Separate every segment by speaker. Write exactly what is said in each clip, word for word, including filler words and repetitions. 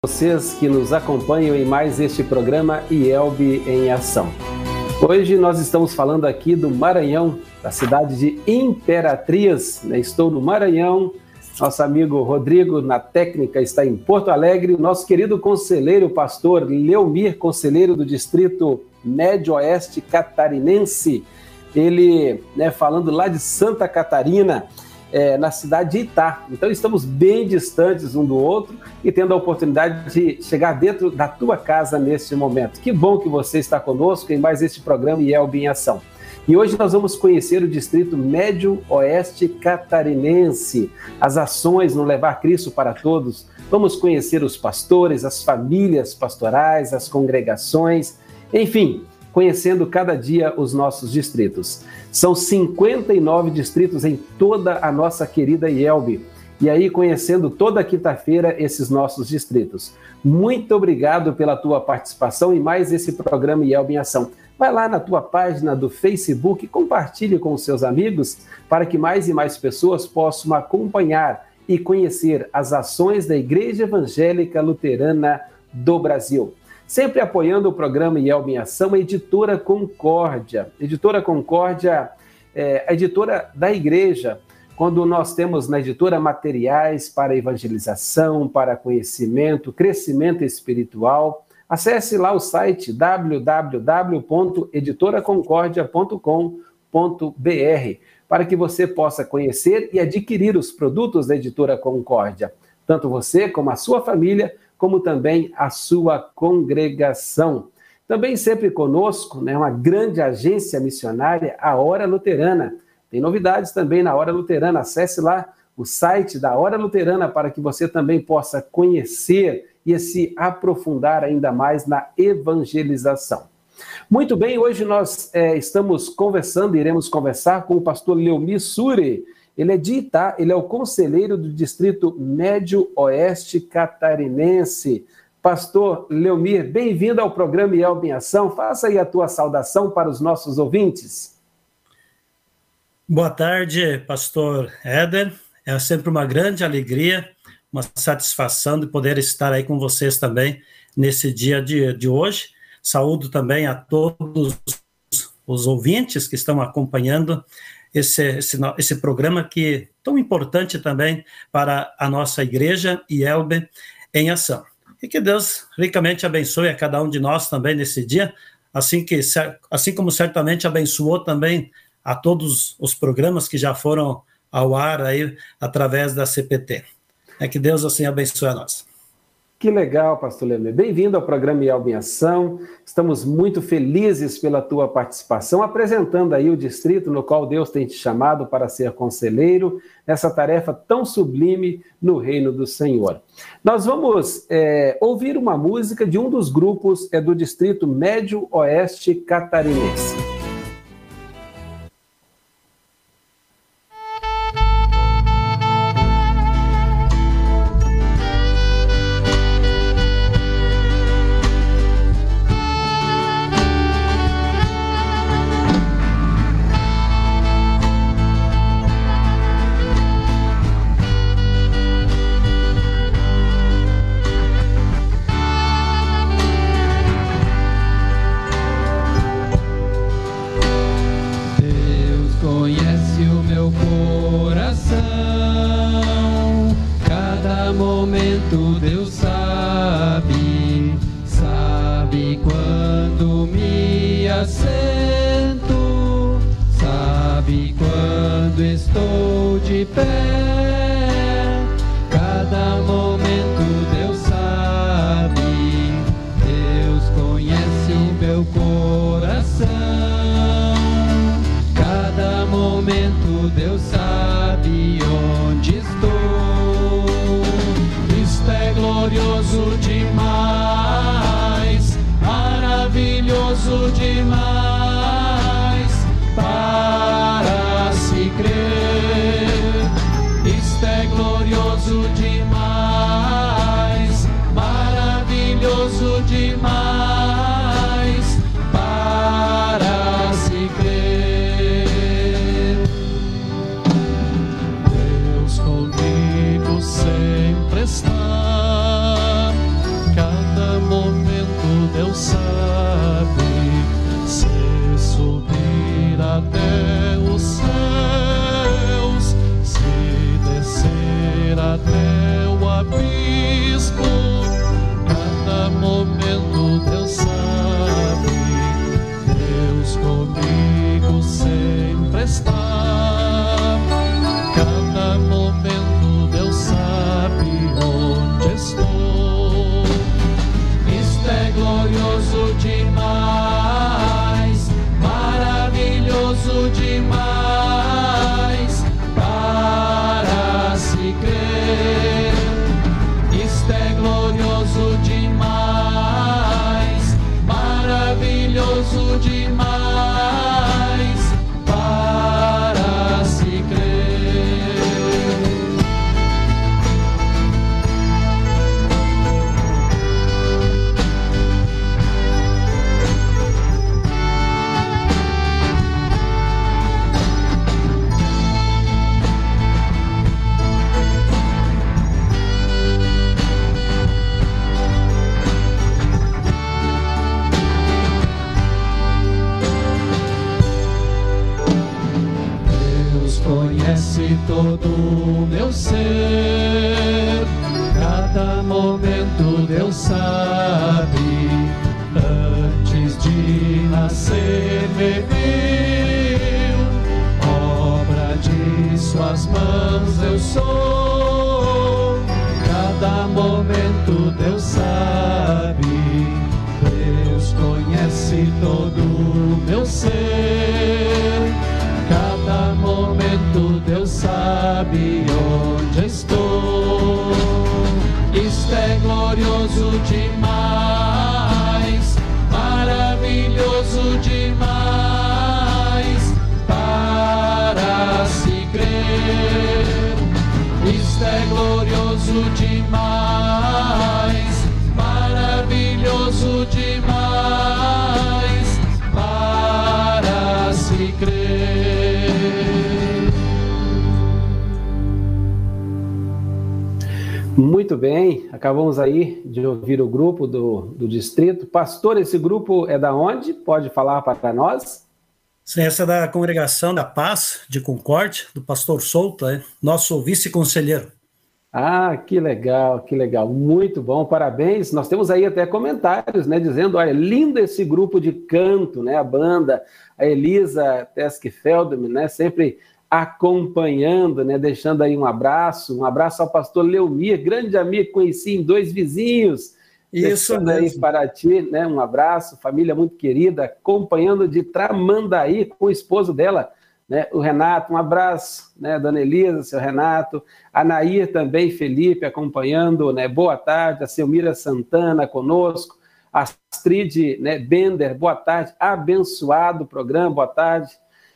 Speaker 1: Vocês que nos acompanham em mais este programa I E L B em Ação. Hoje nós estamos falando aqui do Maranhão, da cidade de Imperatriz. Estou no Maranhão, nosso amigo Rodrigo na técnica está em Porto Alegre, nosso querido conselheiro, pastor Leomir, conselheiro do Distrito Médio Oeste Catarinense, ele, né, falando lá de Santa Catarina, É, na cidade de Itá. Então estamos bem distantes um do outro e tendo a oportunidade de chegar dentro da tua casa neste momento. Que bom que você está conosco em mais este programa I E L B em Ação. E hoje nós vamos conhecer o Distrito Médio Oeste Catarinense, as ações no Levar Cristo para Todos. Vamos conhecer os pastores, as famílias pastorais, as congregações, enfim, conhecendo cada dia os nossos distritos. São cinquenta e nove distritos em toda a nossa querida I E L B. E aí, conhecendo toda quinta-feira esses nossos distritos. Muito obrigado pela tua participação em mais esse programa I E L B em Ação. Vai lá na tua página do Facebook, compartilhe com os seus amigos para que mais e mais pessoas possam acompanhar e conhecer as ações da Igreja Evangélica Luterana do Brasil. Sempre apoiando o programa I E L B em Ação, a Editora Concórdia. Editora Concórdia é a editora da igreja, quando nós temos na editora materiais para evangelização, para conhecimento, crescimento espiritual. Acesse lá o site w w w ponto editora concórdia ponto com ponto b r para que você possa conhecer e adquirir os produtos da Editora Concórdia. Tanto você como a sua família, como também a sua congregação. Também sempre conosco, né, uma grande agência missionária, a Hora Luterana. Tem novidades também na Hora Luterana. Acesse lá o site da Hora Luterana para que você também possa conhecer e se aprofundar ainda mais na evangelização. Muito bem, hoje nós é, estamos conversando, iremos conversar com o pastor Leomir Suri. Ele é de Itá, ele é o conselheiro do Distrito Médio Oeste Catarinense. Pastor Leomir, bem-vindo ao programa I E L B em Ação. Faça aí a tua saudação para os nossos ouvintes.
Speaker 2: Boa tarde, pastor Éder. É sempre uma grande alegria, uma satisfação de poder estar aí com vocês também nesse dia de, de hoje. Saúdo também a todos os ouvintes que estão acompanhando Esse, esse, esse programa que é tão importante também para a nossa igreja I E L B em Ação. E que Deus ricamente abençoe a cada um de nós também nesse dia, assim, que, assim como certamente abençoou também a todos os programas que já foram ao ar aí através da C P T. É que Deus assim abençoe a nós.
Speaker 1: Que legal, pastor Leomir. Bem-vindo ao programa I E L B em Ação. Estamos muito felizes pela tua participação, apresentando aí o distrito no qual Deus tem te chamado para ser conselheiro, nessa tarefa tão sublime no reino do Senhor. Nós vamos é, ouvir uma música de um dos grupos é, do Distrito Médio Oeste Catarinense.
Speaker 3: Deus comigo sempre está. todo o meu ser. Cada momento Deus sabe, antes de nascer me viu. Obra de suas mãos eu sou. Cada momento Deus sabe, Deus conhece todo o meu ser. Cada momento Deus sabe onde estou. Isto é glorioso demais, maravilhoso demais, para se crer. Isto é glorioso demais, maravilhoso demais, para se crer.
Speaker 1: Muito bem, acabamos aí de ouvir o grupo do, do distrito. Pastor, esse grupo é da onde? Pode falar para nós?
Speaker 2: Sim, essa é da Congregação da Paz de Concórdia, do pastor Souto, é nosso vice-conselheiro.
Speaker 1: Ah, que legal, que legal, muito bom, parabéns. Nós temos aí até comentários, né, dizendo, olha, lindo esse grupo de canto, né, a banda, a Elisa Teske-Feldman, né, sempre acompanhando, né, deixando aí um abraço, um abraço ao pastor Leomir, grande amigo, conheci em Dois Vizinhos.
Speaker 2: Isso mesmo.
Speaker 1: Aí para ti, né, um abraço, família muito querida, acompanhando de Tramandaí com o esposo dela, né, o Renato, um abraço, né, dona Elisa, seu Renato, a Nair também, Felipe, acompanhando, né, boa tarde, a Selmira Santana conosco, a Astrid, né, Bender, boa tarde, abençoado programa, boa tarde.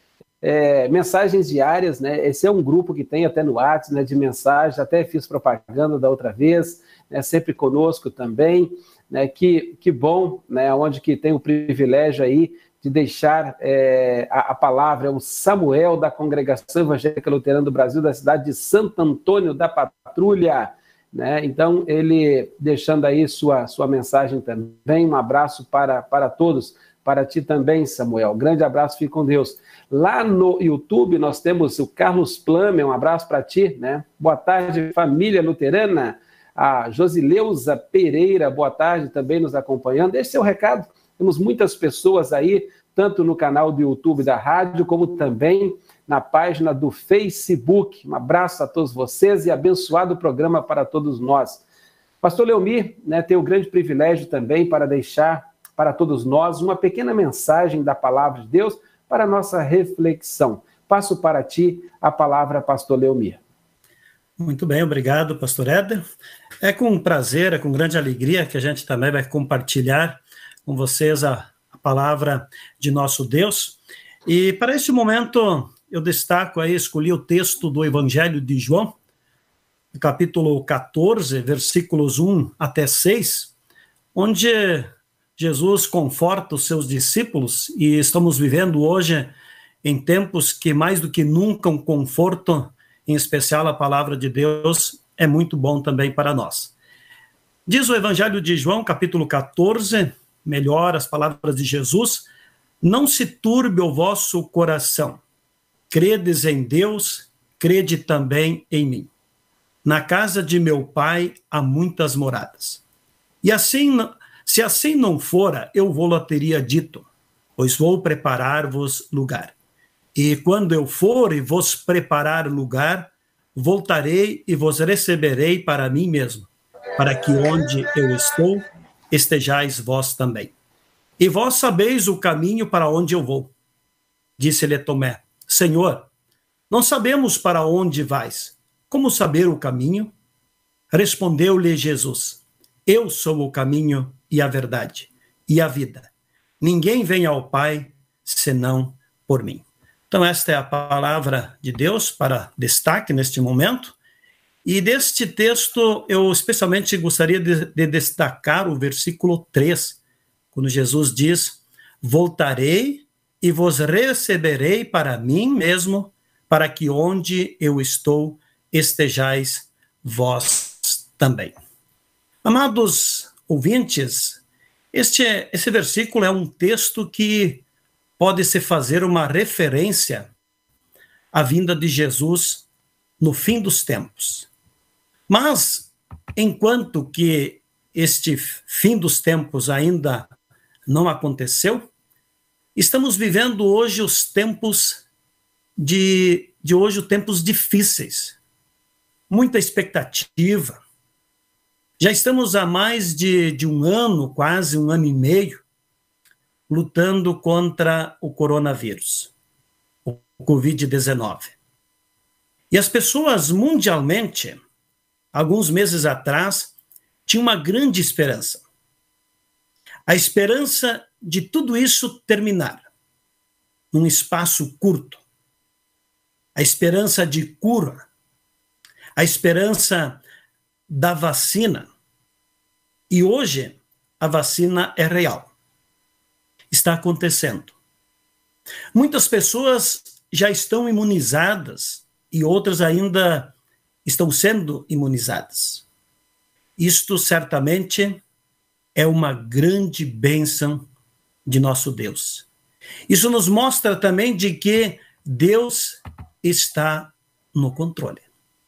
Speaker 1: É, mensagens diárias, né? Esse é um grupo que tem até no WhatsApp, né, de mensagens, até fiz propaganda da outra vez, né, sempre conosco também, né, que, que bom, né, onde que tem o privilégio aí de deixar é, a, a palavra, o Samuel da Congregação Evangélica Luterana do Brasil, da cidade de Santo Antônio da Patrulha, né, então ele deixando aí sua, sua mensagem também, um abraço para, para todos, para ti também, Samuel, grande abraço, fique com Deus. Lá no YouTube nós temos o Carlos Plamer, um abraço para ti, né? Boa tarde, família luterana. A Josileuza Pereira, boa tarde, também nos acompanhando. Esse é o recado. Temos muitas pessoas aí, tanto no canal do YouTube da rádio, como também na página do Facebook. Um abraço a todos vocês e abençoado programa para todos nós. Pastor Leomir, né, tem o grande privilégio também para deixar para todos nós uma pequena mensagem da palavra de Deus para a nossa reflexão. Passo para ti a palavra, pastor Leomir.
Speaker 2: Muito bem, obrigado, pastor Éder. É com prazer, é com grande alegria que a gente também vai compartilhar com vocês a, a palavra de nosso Deus. E para este momento, eu destaco aí, escolhi o texto do Evangelho de João, capítulo quatorze, versículos um até seis, onde Jesus conforta os seus discípulos, e estamos vivendo hoje em tempos que mais do que nunca um conforto, em especial a palavra de Deus, é muito bom também para nós. Diz o Evangelho de João, capítulo quatorze, melhor as palavras de Jesus, não se turbe o vosso coração, credes em Deus, crede também em mim. Na casa de meu Pai há muitas moradas. E assim... Se assim não fora, eu vou-lo teria dito, pois vou preparar-vos lugar. E quando eu for e vos preparar lugar, voltarei e vos receberei para mim mesmo, para que onde eu estou, estejais vós também. E vós sabeis o caminho para onde eu vou. Disse-lhe Tomé, Senhor, não sabemos para onde vais. Como saber o caminho? Respondeu-lhe Jesus, eu sou o caminho e a verdade, e a vida. Ninguém vem ao Pai, senão por mim. Então, esta é a palavra de Deus para destaque neste momento. E deste texto, eu especialmente gostaria de, de destacar o versículo três, quando Jesus diz, voltarei e vos receberei para mim mesmo, para que onde eu estou, estejais vós também. Amados ouvintes, este, esse versículo é um texto que pode se fazer uma referência à vinda de Jesus no fim dos tempos. Mas, enquanto que este fim dos tempos ainda não aconteceu, estamos vivendo hoje os tempos de, de hoje, os tempos difíceis. Muita expectativa. Já estamos há mais de, de um ano, quase um ano e meio, lutando contra o coronavírus, o covid dezenove. E as pessoas mundialmente, alguns meses atrás, tinham uma grande esperança. A esperança de tudo isso terminar num espaço curto. A esperança de cura. A esperança da vacina. E hoje, a vacina é real. Está acontecendo. Muitas pessoas já estão imunizadas e outras ainda estão sendo imunizadas. Isto certamente é uma grande bênção de nosso Deus. Isso nos mostra também de que Deus está no controle.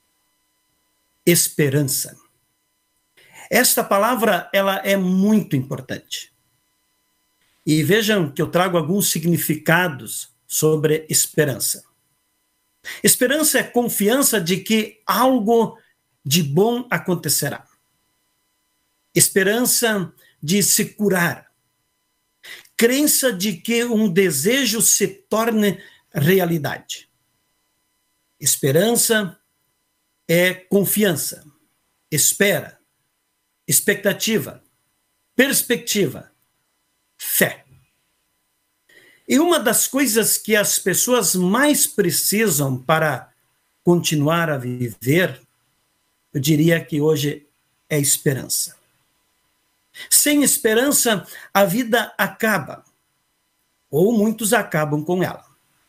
Speaker 2: Esperança. Esta palavra, ela é muito importante. E vejam que eu trago alguns significados sobre esperança. Esperança é confiança de que algo de bom acontecerá. Esperança de se curar. Crença de que um desejo se torne realidade. Esperança é confiança, espera, expectativa, perspectiva, fé. E uma das coisas que as pessoas mais precisam para continuar a viver, eu diria que hoje é esperança. Sem esperança, a vida acaba, ou muitos acabam com ela.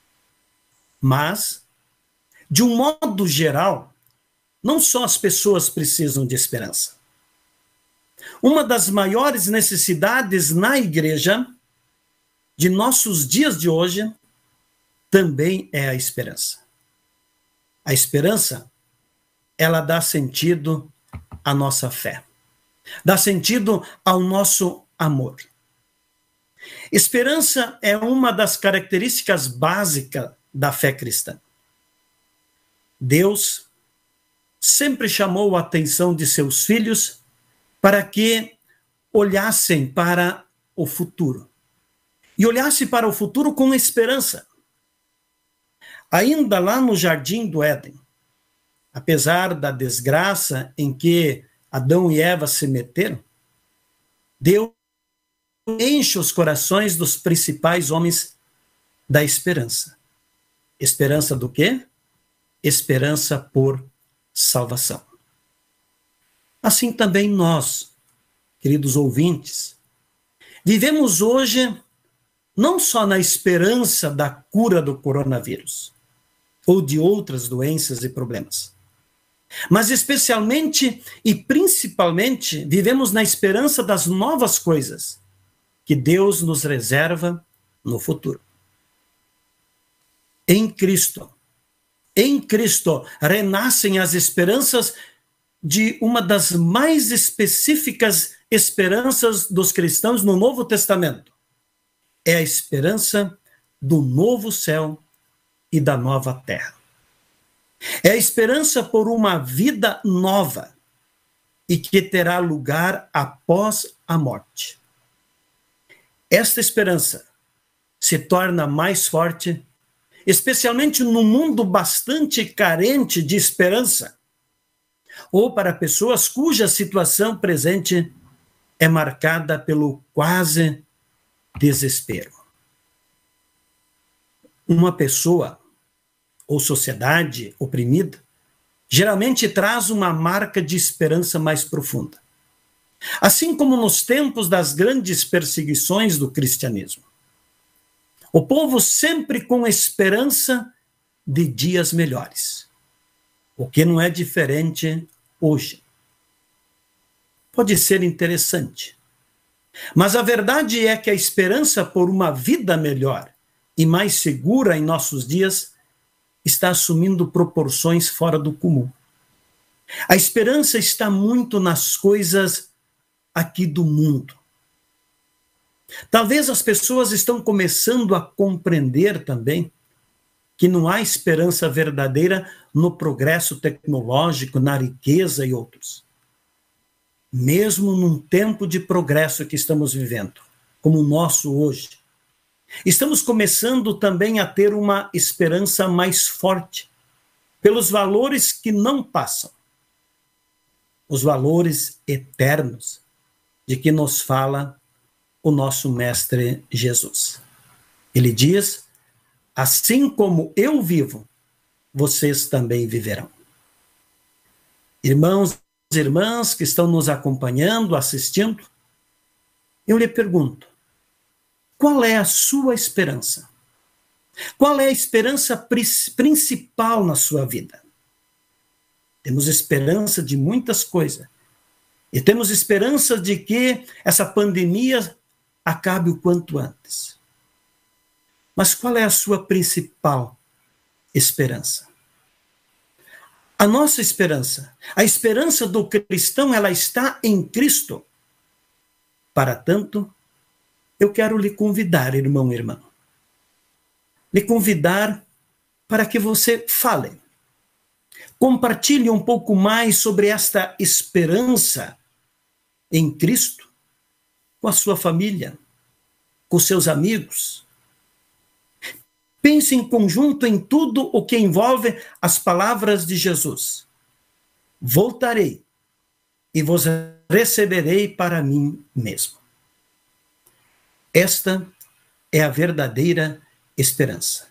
Speaker 2: Mas, de um modo geral, não só as pessoas precisam de esperança. Uma das maiores necessidades na igreja de nossos dias de hoje também é a esperança. A esperança, ela dá sentido à nossa fé. Dá sentido ao nosso amor. Esperança é uma das características básicas da fé cristã. Deus sempre chamou a atenção de seus filhos para que olhassem para o futuro. E olhassem para o futuro com esperança. Ainda lá no Jardim do Éden, apesar da desgraça em que Adão e Eva se meteram, Deus enche os corações dos principais homens da esperança. Esperança do quê? Esperança por salvação. Assim também nós, queridos ouvintes, vivemos hoje não só na esperança da cura do coronavírus ou de outras doenças e problemas, mas especialmente e principalmente vivemos na esperança das novas coisas que Deus nos reserva no futuro. Em Cristo, em Cristo renascem as esperanças de uma das mais específicas esperanças dos cristãos no Novo Testamento. É a esperança do novo céu e da nova terra. É a esperança por uma vida nova e que terá lugar após a morte. Esta esperança se torna mais forte, especialmente num mundo bastante carente de esperança, ou para pessoas cuja situação presente é marcada pelo quase desespero. Uma pessoa ou sociedade oprimida geralmente traz uma marca de esperança mais profunda. Assim como nos tempos das grandes perseguições do cristianismo. O povo sempre com esperança de dias melhores. O que não é diferente hoje. Pode ser interessante. Mas a verdade é que a esperança por uma vida melhor e mais segura em nossos dias está assumindo proporções fora do comum. A esperança está muito nas coisas aqui do mundo. Talvez as pessoas estão começando a compreender também que não há esperança verdadeira no progresso tecnológico, na riqueza e outros. Mesmo num tempo de progresso que estamos vivendo, como o nosso hoje, estamos começando também a ter uma esperança mais forte pelos valores que não passam, os valores eternos de que nos fala o nosso Mestre Jesus. Ele diz: assim como eu vivo, vocês também viverão. Irmãos e irmãs que estão nos acompanhando, assistindo, eu lhe pergunto, qual é a sua esperança? Qual é a esperança principal na sua vida? Temos esperança de muitas coisas. E temos esperança de que essa pandemia acabe o quanto antes. Mas qual é a sua principal esperança? A nossa esperança, a esperança do cristão, ela está em Cristo. Para tanto, eu quero lhe convidar, irmão e irmã, lhe convidar para que você fale, compartilhe um pouco mais sobre esta esperança em Cristo com a sua família, com seus amigos. Pense em conjunto em tudo o que envolve as palavras de Jesus. Voltarei e vos receberei para mim mesmo. Esta é a verdadeira esperança.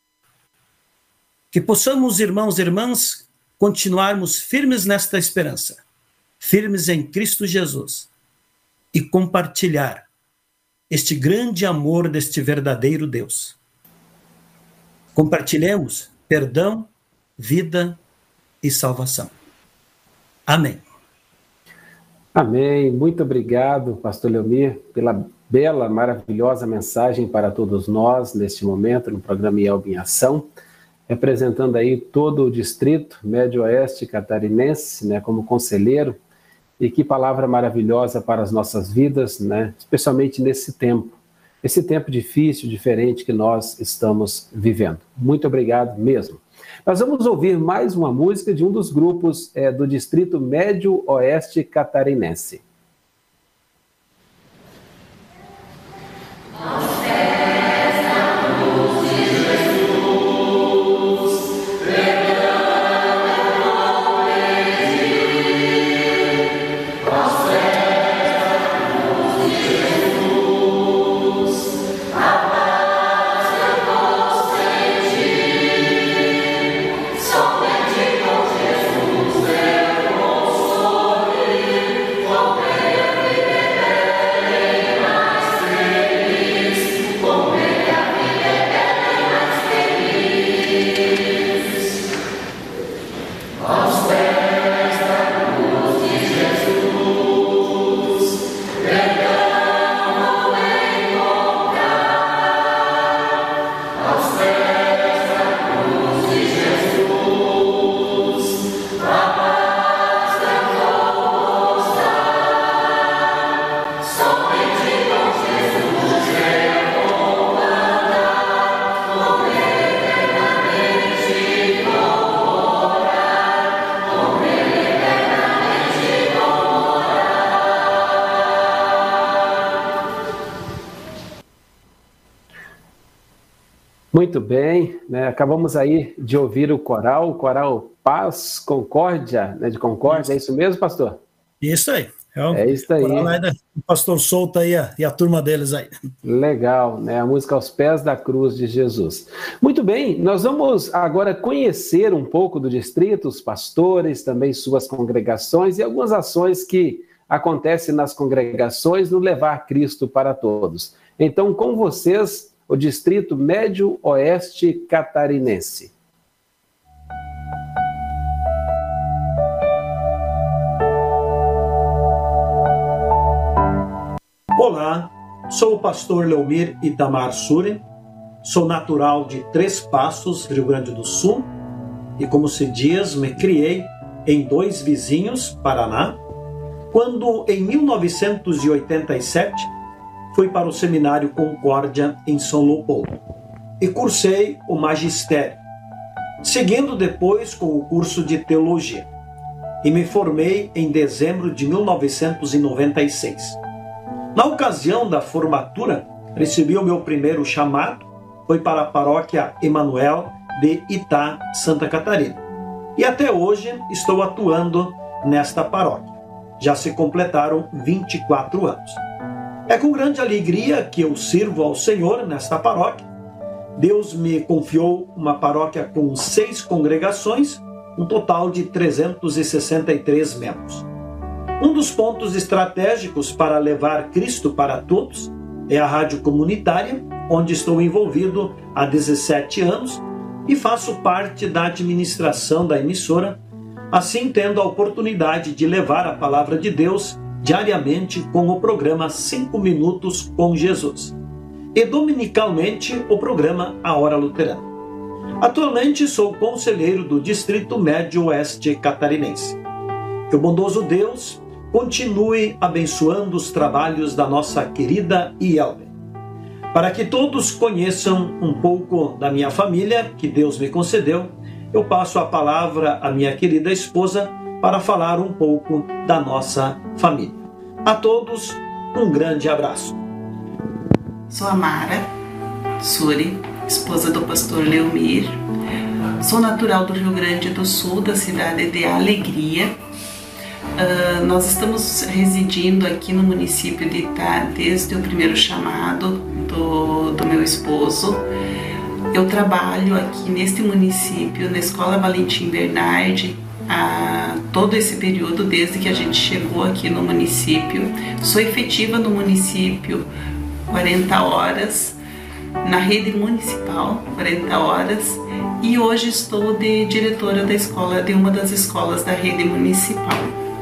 Speaker 2: Que possamos, irmãos e irmãs, continuarmos firmes nesta esperança, firmes em Cristo Jesus, e compartilhar este grande amor deste verdadeiro Deus. Compartilhemos perdão, vida e salvação. Amém.
Speaker 1: Amém. Muito obrigado, pastor Leomir, pela bela, maravilhosa mensagem para todos nós neste momento no programa I E L B em Ação, representando aí todo o distrito Médio-Oeste catarinense, né, como conselheiro, e que palavra maravilhosa para as nossas vidas, né, especialmente nesse tempo, esse tempo difícil, diferente que nós estamos vivendo. Muito obrigado mesmo. Nós vamos ouvir mais uma música de um dos grupos é, do Distrito Médio-Oeste catarinense. Muito bem, né? Acabamos aí de ouvir o coral, o coral Paz, Concórdia, né? De Concórdia, é isso mesmo, pastor?
Speaker 2: Isso aí. É, o,
Speaker 1: é isso aí.
Speaker 2: Coral aí, né? O pastor Souto aí e a turma deles aí.
Speaker 1: Legal, né? A música Aos Pés da Cruz de Jesus. Muito bem, nós vamos agora conhecer um pouco do distrito, os pastores, também suas congregações e algumas ações que acontecem nas congregações no levar Cristo para todos. Então, com vocês, o Distrito Médio-Oeste catarinense.
Speaker 2: Olá, sou o pastor Leomir Itamar Suri, sou natural de Três Passos, Rio Grande do Sul, e como se diz, me criei em Dois Vizinhos, Paraná, quando em mil novecentos e oitenta e sete fui para o Seminário Concórdia em São Leopoldo e cursei o magistério, seguindo depois com o curso de teologia, e me formei em dezembro de mil novecentos e noventa e seis. Na ocasião da formatura, recebi o meu primeiro chamado, foi para a paróquia Emanuel de Itá, Santa Catarina. E até hoje estou atuando nesta paróquia. Já se completaram vinte e quatro anos. É com grande alegria que eu sirvo ao Senhor nesta paróquia. Deus me confiou uma paróquia com seis congregações, um total de trezentos e sessenta e três membros. Um dos pontos estratégicos para levar Cristo para todos é a rádio comunitária, onde estou envolvido há dezessete anos e faço parte da administração da emissora, assim tendo a oportunidade de levar a palavra de Deus diariamente com o programa Cinco Minutos com Jesus e dominicalmente o programa A Hora Luterana. Atualmente sou conselheiro do Distrito Médio Oeste Catarinense. Que o bondoso Deus continue abençoando os trabalhos da nossa querida I E L B. Para que todos conheçam um pouco da minha família, que Deus me concedeu, eu passo a palavra à minha querida esposa para falar um pouco da nossa família. A todos, um grande abraço.
Speaker 4: Sou a Mara Suri, esposa do pastor Leomir. Sou natural do Rio Grande do Sul, da cidade de Alegria. Uh, nós estamos residindo aqui no município de Itá desde o primeiro chamado do, do meu esposo. Eu trabalho aqui neste município, na Escola Valentim Bernardi, há todo esse período, desde que a gente chegou aqui no município. Sou efetiva no município quarenta horas, na rede municipal quarenta horas, e hoje estou de diretora da escola, de uma das escolas da rede municipal.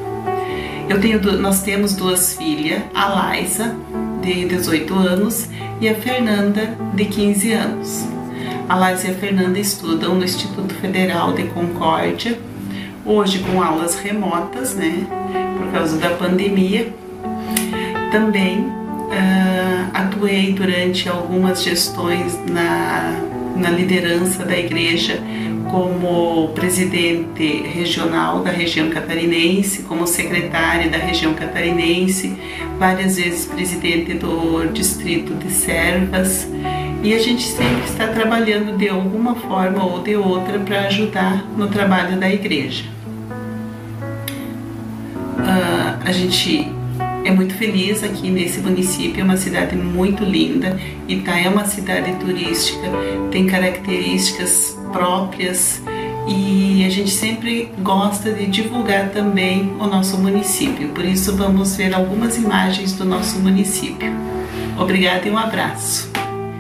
Speaker 4: Eu tenho, nós temos duas filhas, a Laisa, de dezoito anos, e a Fernanda, de quinze anos. A Laisa e a Fernanda estudam no Instituto Federal de Concórdia, hoje com aulas remotas, né, por causa da pandemia. Também uh, atuei durante algumas gestões na, na liderança da igreja, como presidente regional da região catarinense, como secretária da região catarinense, várias vezes presidente do distrito de Servas, e a gente sempre está trabalhando de alguma forma ou de outra para ajudar no trabalho da igreja. Uh, a gente é muito feliz aqui nesse município, é uma cidade muito linda. Itá é uma cidade turística, tem características próprias e a gente sempre gosta de divulgar também o nosso município. Por isso vamos ver algumas imagens do nosso município. Obrigada e um abraço.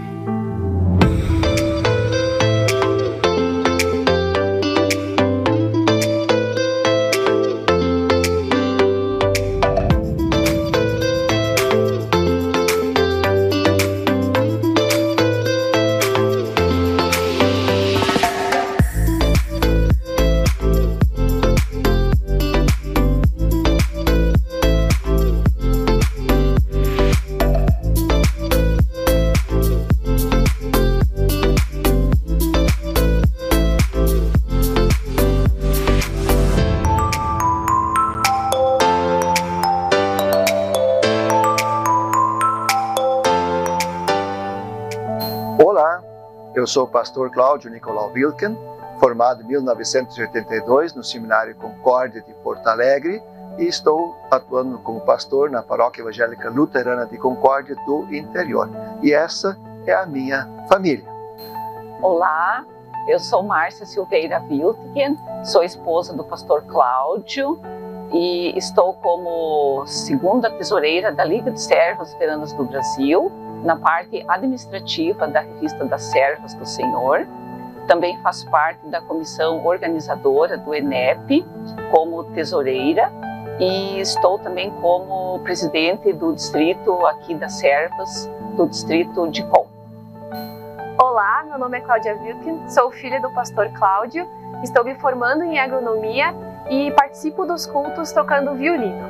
Speaker 5: Eu sou o pastor Cláudio Nicolau Wilken, formado em mil novecentos e oitenta e dois no Seminário Concórdia de Porto Alegre e estou atuando como pastor na Paróquia Evangélica Luterana de Concórdia do Interior. E essa é a minha família.
Speaker 6: Olá, eu sou Márcia Silveira Wilken, sou esposa do pastor Cláudio e estou como segunda tesoureira da Liga de Servas Luteranas do Brasil, na parte administrativa da Revista das Servas do Senhor. Também faço parte da comissão organizadora do E N E P como tesoureira e estou também como presidente do distrito aqui das Servas, do distrito de Com.
Speaker 7: Olá! meu nome é Cláudia Wilkin, sou filha do pastor Cláudio, estou me formando em agronomia e participo dos cultos tocando violino.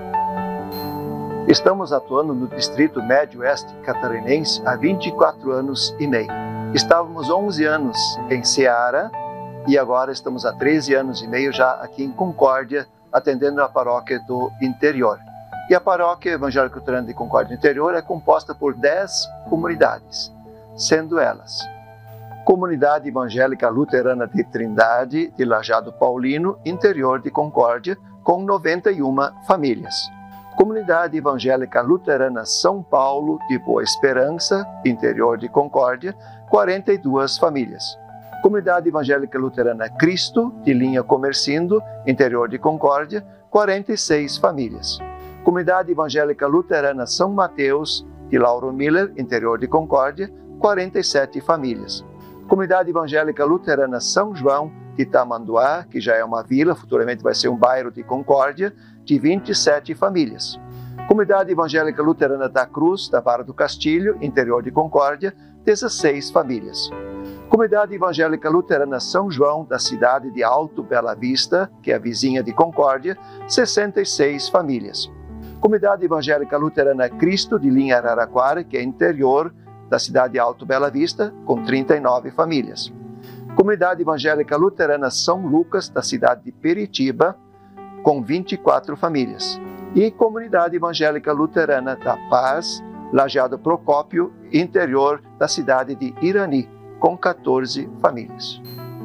Speaker 5: Estamos atuando no Distrito Médio-Oeste catarinense há vinte e quatro anos e meio. Estávamos onze anos em Ceará e agora estamos há treze anos e meio já aqui em Concórdia, atendendo a paróquia do interior. E a paróquia Evangélica Luterana de Concórdia do Interior é composta por dez comunidades, sendo elas: Comunidade Evangélica Luterana de Trindade, de Lajeado Paulino, interior de Concórdia, com noventa e uma famílias. Comunidade Evangélica Luterana São Paulo, de Boa Esperança, interior de Concórdia, quarenta e duas famílias. Comunidade Evangélica Luterana Cristo, de Linha Comercindo, interior de Concórdia, quarenta e seis famílias. Comunidade Evangélica Luterana São Mateus, de Lauro Miller, interior de Concórdia, quarenta e sete famílias. Comunidade Evangélica Luterana São João, de Tamanduá, que já é uma vila, futuramente vai ser um bairro de Concórdia, de vinte e sete famílias. Comunidade Evangélica Luterana da Cruz, da Barra do Castilho, interior de Concórdia, dezesseis famílias. Comunidade Evangélica Luterana São João, da cidade de Alto Bela Vista, que é a vizinha de Concórdia, sessenta e seis famílias. Comunidade Evangélica Luterana Cristo, de Linha Araraquara, que é interior da cidade de Alto Bela Vista, com trinta e nove famílias. Comunidade Evangélica Luterana São Lucas, da cidade de Peritiba, com vinte e quatro famílias. E Comunidade Evangélica Luterana da Paz, Lajeado Procópio, interior da cidade de Irani, com quatorze famílias.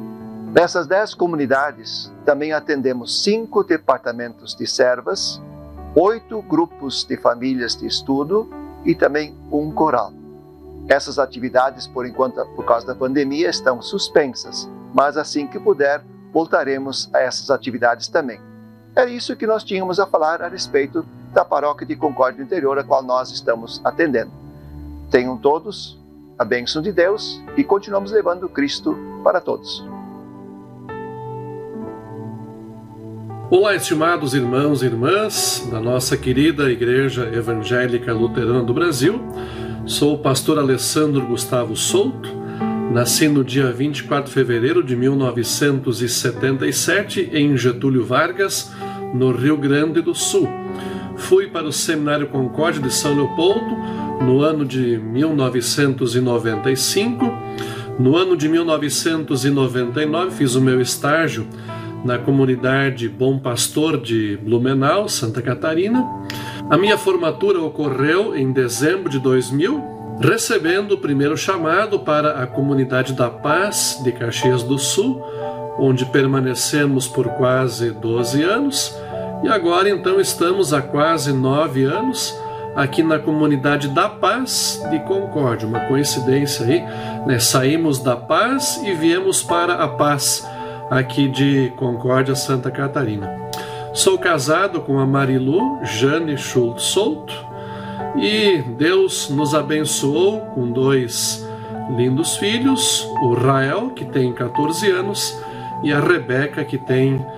Speaker 5: Nessas dez comunidades, também atendemos cinco departamentos de servas, oito grupos de famílias de estudo e também um coral. Essas atividades, por enquanto, por causa da pandemia, estão suspensas, mas assim que puder, voltaremos a essas atividades também. É isso que nós tínhamos a falar a respeito da paróquia de Concórdia do Interior, a qual nós estamos atendendo. Tenham todos a bênção de Deus e continuamos levando Cristo para todos.
Speaker 8: Olá, estimados irmãos e irmãs da nossa querida Igreja Evangélica Luterana do Brasil. Sou o pastor Alessandro Gustavo Souto. Nasci no dia vinte e quatro de fevereiro de mil novecentos e setenta e sete em Getúlio Vargas, no Rio Grande do Sul. Fui para o Seminário Concórdia de São Leopoldo no ano de mil novecentos e noventa e cinco. No ano de mil novecentos e noventa e nove fiz o meu estágio na comunidade Bom Pastor de Blumenau, Santa Catarina. A minha formatura ocorreu em dezembro de dois mil, recebendo o primeiro chamado para a Comunidade da Paz de Caxias do Sul, onde permanecemos por quase doze anos, e agora então estamos há quase nove anos aqui na Comunidade da Paz de Concórdia. Uma coincidência aí, né? Saímos da Paz e viemos para a Paz, aqui de Concórdia, Santa Catarina. Sou casado com a Marilu Jane Schultz Souto e Deus nos abençoou com dois lindos filhos, o Rael, que tem catorze anos, e a Rebeca, que tem uh,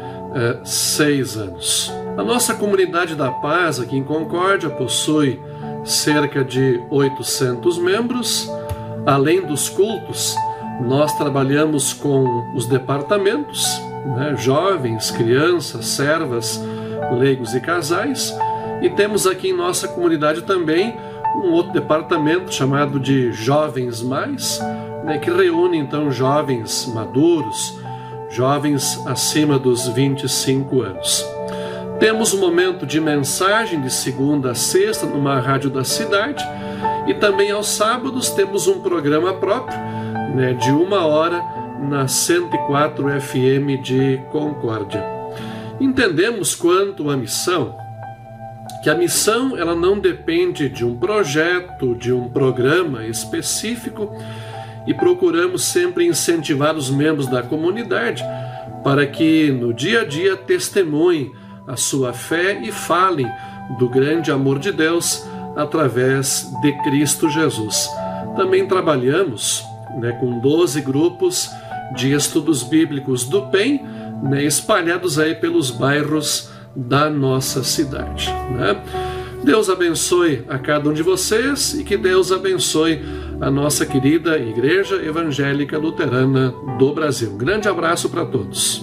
Speaker 8: seis anos. A nossa Comunidade da Paz aqui em Concórdia possui cerca de oitocentos membros. Além dos cultos, nós trabalhamos com os departamentos, né, jovens, crianças, servas, leigos e casais, e temos aqui em nossa comunidade também um outro departamento chamado de Jovens Mais, né, que reúne então jovens maduros, jovens acima dos vinte e cinco anos. Temos um momento de mensagem de segunda a sexta numa rádio da cidade, e também aos sábados temos um programa próprio, né, de uma hora na cento e quatro F M de Concórdia. Entendemos quanto à missão, que a missão ela não depende de um projeto, de um programa específico, e procuramos sempre incentivar os membros da comunidade para que no dia a dia testemunhem a sua fé e falem do grande amor de Deus através de Cristo Jesus. Também trabalhamos, né, com doze grupos de estudos bíblicos do P E M, né, espalhados aí pelos bairros da nossa cidade, né? Deus abençoe a cada um de vocês e que Deus abençoe a nossa querida Igreja Evangélica Luterana do Brasil. Um grande abraço para todos.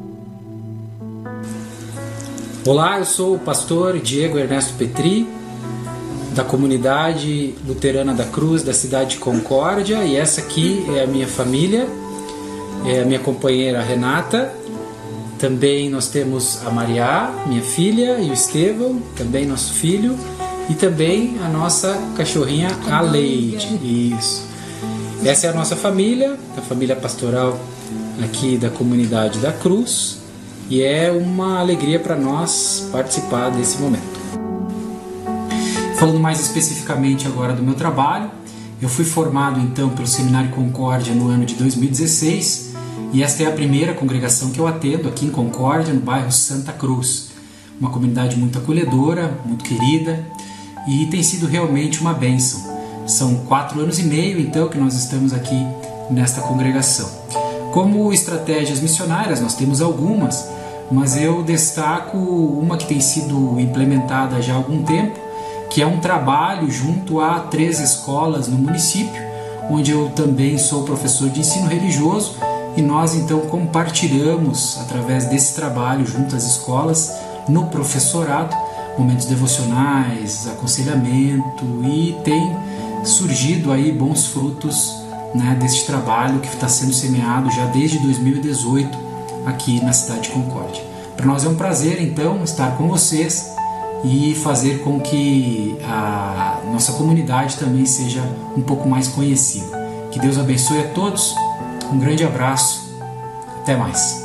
Speaker 9: Olá, eu sou o pastor Diego Ernesto Petri, da comunidade luterana da Cruz, da cidade de Concórdia, e essa aqui é a minha família, é a minha companheira Renata. Também nós temos a Maria, minha filha, e o Estevão, também nosso filho, e também a nossa cachorrinha, a Leide. Isso. Essa é a nossa família, a família pastoral aqui da comunidade da Cruz, e é uma alegria para nós participar desse momento. Falando mais especificamente agora do meu trabalho, eu fui formado então pelo Seminário Concórdia no ano de dois mil e dezesseis, e esta é a primeira congregação que eu atendo aqui em Concórdia, no bairro Santa Cruz. Uma comunidade muito acolhedora, muito querida, e tem sido realmente uma bênção. São quatro anos e meio então que nós estamos aqui nesta congregação. Como estratégias missionárias, nós temos algumas, mas eu destaco uma que tem sido implementada já há algum tempo, que é um trabalho junto a três escolas no município, onde eu também sou professor de ensino religioso, e nós então compartilhamos, através desse trabalho junto às escolas, no professorado, momentos devocionais, aconselhamento, e tem surgido aí bons frutos, né, deste trabalho que está sendo semeado já desde dois mil e dezoito aqui na cidade de Concórdia. Para nós é um prazer então estar com vocês e fazer com que a nossa comunidade também seja um pouco mais conhecida. Que Deus abençoe a todos. Um grande abraço, até mais.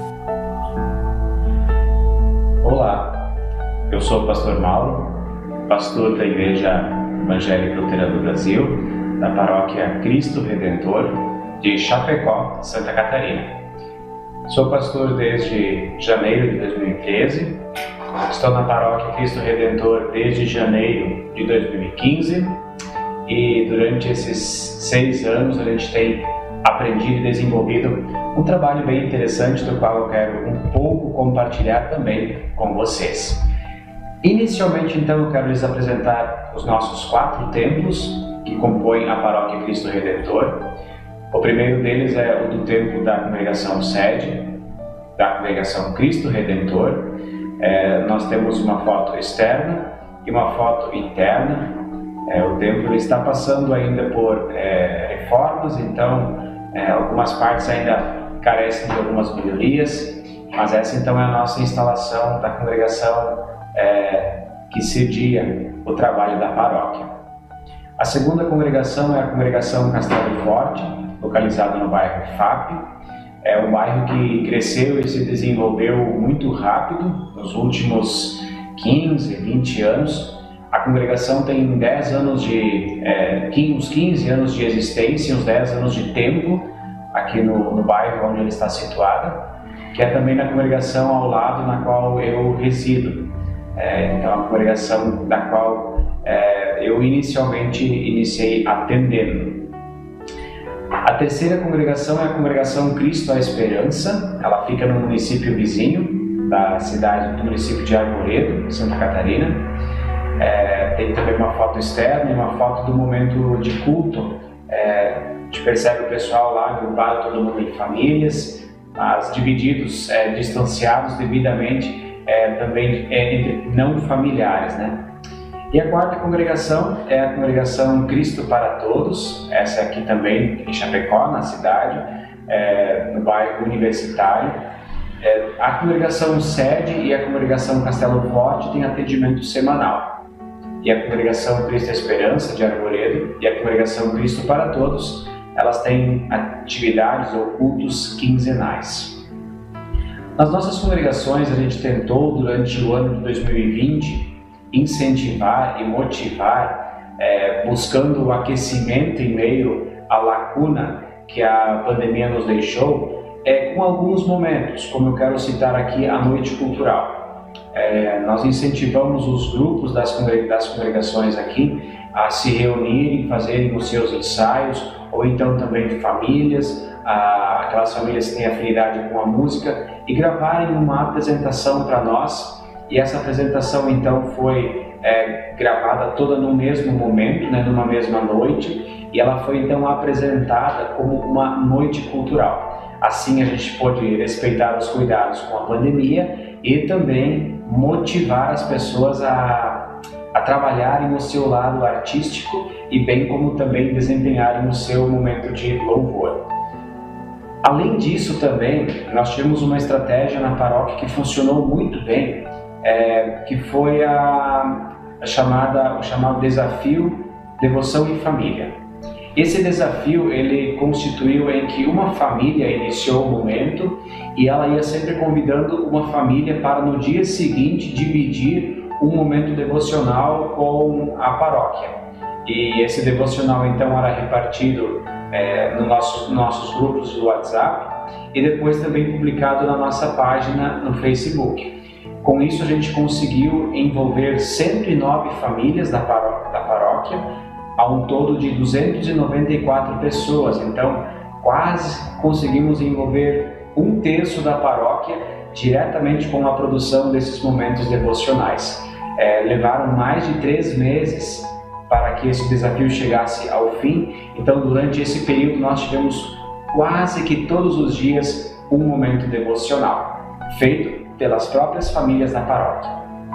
Speaker 10: Olá, eu sou o pastor Mauro, pastor da Igreja Evangélica Luterana do Brasil, da paróquia Cristo Redentor de Chapecó, Santa Catarina. Sou pastor desde janeiro de dois mil e treze, estou na paróquia Cristo Redentor desde janeiro de dois mil e quinze, e durante esses seis anos a gente tem aprendido e desenvolvido um trabalho bem interessante, do qual eu quero um pouco compartilhar também com vocês. Inicialmente, então, eu quero lhes apresentar os nossos quatro templos que compõem a paróquia Cristo Redentor. O primeiro deles é o do templo da congregação sede, da congregação Cristo Redentor. É, nós temos uma foto externa e uma foto interna. É, o templo está passando ainda por é, reformas, então É, algumas partes ainda carecem de algumas melhorias, mas essa então é a nossa instalação da congregação é, que cedia o trabalho da paróquia. A segunda congregação é a congregação Castelo Forte, localizada no bairro F A P. É um bairro que cresceu e se desenvolveu muito rápido nos últimos quinze, vinte anos. A congregação tem dez anos de, é, uns quinze anos de existência, uns dez anos de tempo aqui no, no bairro onde ele está situado, que é também na congregação ao lado na qual eu resido. É, então, a congregação da qual é, eu inicialmente iniciei atendendo. A terceira congregação é a congregação Cristo à Esperança. Ela fica no município vizinho da cidade, do município de Arvoredo, Santa Catarina. É, tem também uma foto externa e uma foto do momento de culto. É, a gente percebe o pessoal lá agrupado, todo mundo em famílias, mas divididos, é, distanciados devidamente, é, também é, entre não familiares, né? E a quarta congregação é a congregação Cristo para Todos. Essa aqui também em Chapecó, na cidade, é, no bairro Universitário. É, a congregação sede e a congregação Castelo Forte têm atendimento semanal. E a congregação Cristo Esperança de Arvoredo e a congregação Cristo para Todos, elas têm atividades ou cultos quinzenais. Nas nossas congregações, a gente tentou durante o ano de dois mil e vinte incentivar e motivar, é, buscando o aquecimento em meio à lacuna que a pandemia nos deixou, é, com alguns momentos, como eu quero citar aqui a Noite Cultural. É, nós incentivamos os grupos das, congrega das congregações aqui a se reunirem, fazerem os seus ensaios, ou então também famílias, a, aquelas famílias que têm afinidade com a música, e gravarem uma apresentação para nós. E essa apresentação então foi é, gravada toda no mesmo momento, né, numa mesma noite, e ela foi então apresentada como uma noite cultural. Assim a gente pôde respeitar os cuidados com a pandemia e também motivar as pessoas a, a trabalharem no seu lado artístico e bem como também desempenharem o seu momento de louvor. Além disso também, nós tivemos uma estratégia na paróquia que funcionou muito bem, é, que foi a, a chamada, o chamado desafio Devoção em Família. Esse desafio ele constituiu em que uma família iniciou o momento e ela ia sempre convidando uma família para no dia seguinte dividir um momento devocional com a paróquia. E esse devocional então era repartido é, no nosso, nossos grupos do WhatsApp e depois também publicado na nossa página no Facebook. Com isso a gente conseguiu envolver cento e nove famílias da paróquia, da paróquia a um todo de duzentas e noventa e quatro pessoas, então quase conseguimos envolver um terço da paróquia diretamente com a produção desses momentos devocionais. É, levaram mais de três meses para que esse desafio chegasse ao fim, então durante esse período nós tivemos quase que todos os dias um momento devocional, feito pelas próprias famílias da paróquia.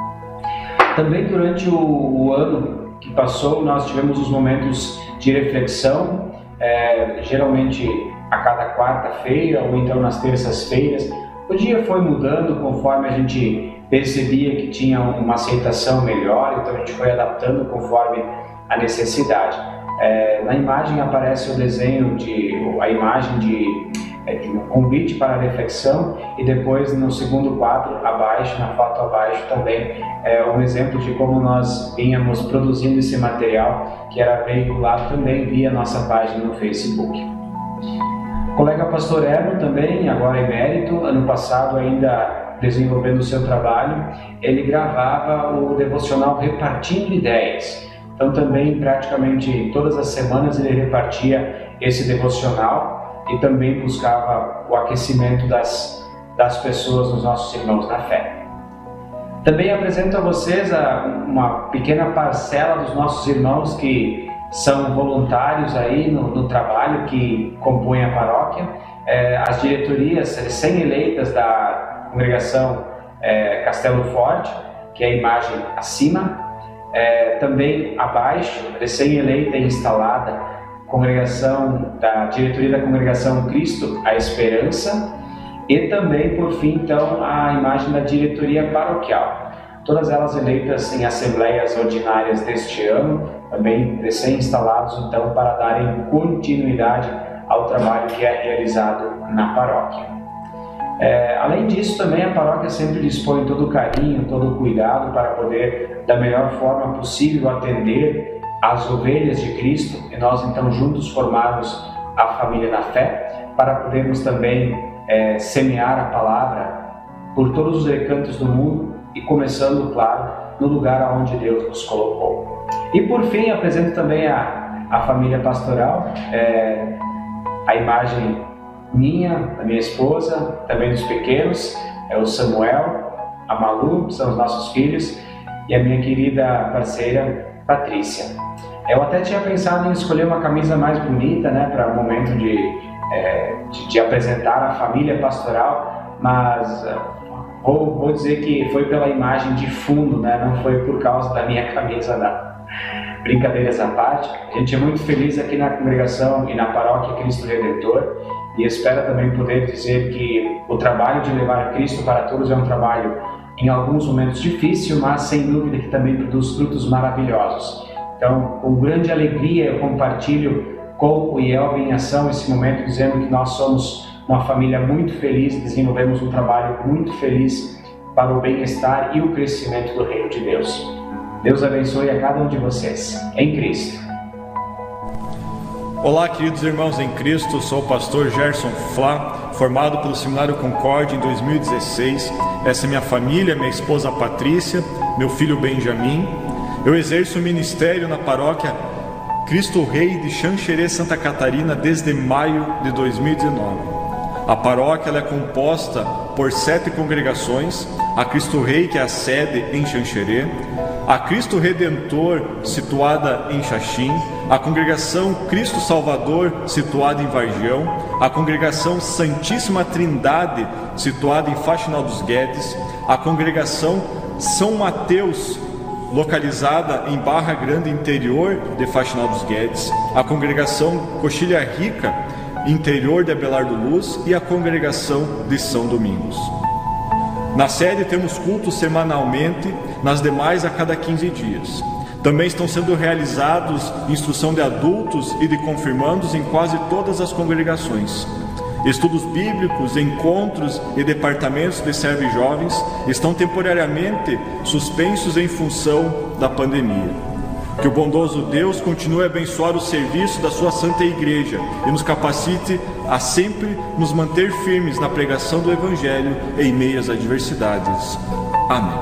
Speaker 10: Também durante o, o ano que passou, nós tivemos os momentos de reflexão, é, geralmente a cada quarta-feira ou então nas terças-feiras. O dia foi mudando conforme a gente percebia que tinha uma aceitação melhor, então a gente foi adaptando conforme a necessidade. É, na imagem aparece o desenho, de, a imagem de, é, de um convite para a reflexão e depois no segundo quadro abaixo, na foto abaixo também, é um exemplo de como nós vínhamos produzindo esse material que era veiculado também via nossa página no Facebook. O colega pastor Hermo também, agora emérito, ano passado ainda desenvolvendo o seu trabalho, ele gravava o devocional Repartindo Ideias. Então também praticamente todas as semanas ele repartia esse devocional e também buscava o aquecimento das, das pessoas, dos nossos irmãos na fé. Também apresento a vocês a, uma pequena parcela dos nossos irmãos que são voluntários aí no, no trabalho que compõem a paróquia. É, as diretorias recém-eleitas da congregação é, Castelo Forte, que é a imagem acima. É, também abaixo, recém-eleita e instalada, congregação da diretoria da congregação Cristo, a Esperança, e também, por fim, então, a imagem da diretoria paroquial. Todas elas eleitas em assembleias ordinárias deste ano, também recém-instalados, então, para darem continuidade ao trabalho que é realizado na paróquia. É, além disso, também a paróquia sempre dispõe todo o carinho, todo o cuidado para poder, da melhor forma possível, atender as ovelhas de Cristo e nós, então, juntos formarmos a família na fé para podermos também é, semear a palavra por todos os recantos do mundo e começando, claro, no lugar onde Deus nos colocou. E, por fim, apresento também a, a família pastoral, é, a imagem minha, da minha esposa, também dos pequenos, é o Samuel, a Malu, são os nossos filhos, e a minha querida parceira Patrícia. Eu até tinha pensado em escolher uma camisa mais bonita, né, para o momento de, é, de, de apresentar a família pastoral, mas vou, vou dizer que foi pela imagem de fundo, né, não foi por causa da minha camisa, não. Brincadeiras à parte, a gente é muito feliz aqui na congregação e na paróquia Cristo Redentor e espera também poder dizer que o trabalho de levar Cristo para todos é um trabalho em alguns momentos difícil, mas sem dúvida que também produz frutos maravilhosos. Então, com grande alegria eu compartilho com o I E L B em ação esse momento, dizendo que nós somos uma família muito feliz, desenvolvemos um trabalho muito feliz para o bem-estar e o crescimento do Reino de Deus. Deus abençoe a cada um de vocês, em Cristo.
Speaker 11: Olá, queridos irmãos em Cristo, sou o pastor Gerson Flá, formado pelo Seminário Concórdia em dois mil e dezesseis. Essa é minha família, minha esposa Patrícia, meu filho Benjamin. Eu exerço o ministério na paróquia Cristo Rei de Xanxerê, Santa Catarina, desde maio de dois mil e dezenove. A paróquia ela é composta por sete congregações: a Cristo Rei, que é a sede em Xanxerê, a Cristo Redentor, situada em Xaxim, a Congregação Cristo Salvador, situada em Vargião, a Congregação Santíssima Trindade, situada em Faxinal dos Guedes, a Congregação São Mateus, localizada em Barra Grande, interior de Faxinal dos Guedes, a Congregação Coxilha Rica, interior de Abelardo Luz, e a Congregação de São Domingos. Na sede temos cultos semanalmente, nas demais a cada quinze dias. Também estão sendo realizados instrução de adultos e de confirmandos em quase todas as congregações. Estudos bíblicos, encontros e departamentos de servo e jovens estão temporariamente suspensos em função da pandemia. Que o bondoso Deus continue a abençoar o serviço da sua Santa Igreja e nos capacite a sempre nos manter firmes na pregação do Evangelho em meio às adversidades. Amém.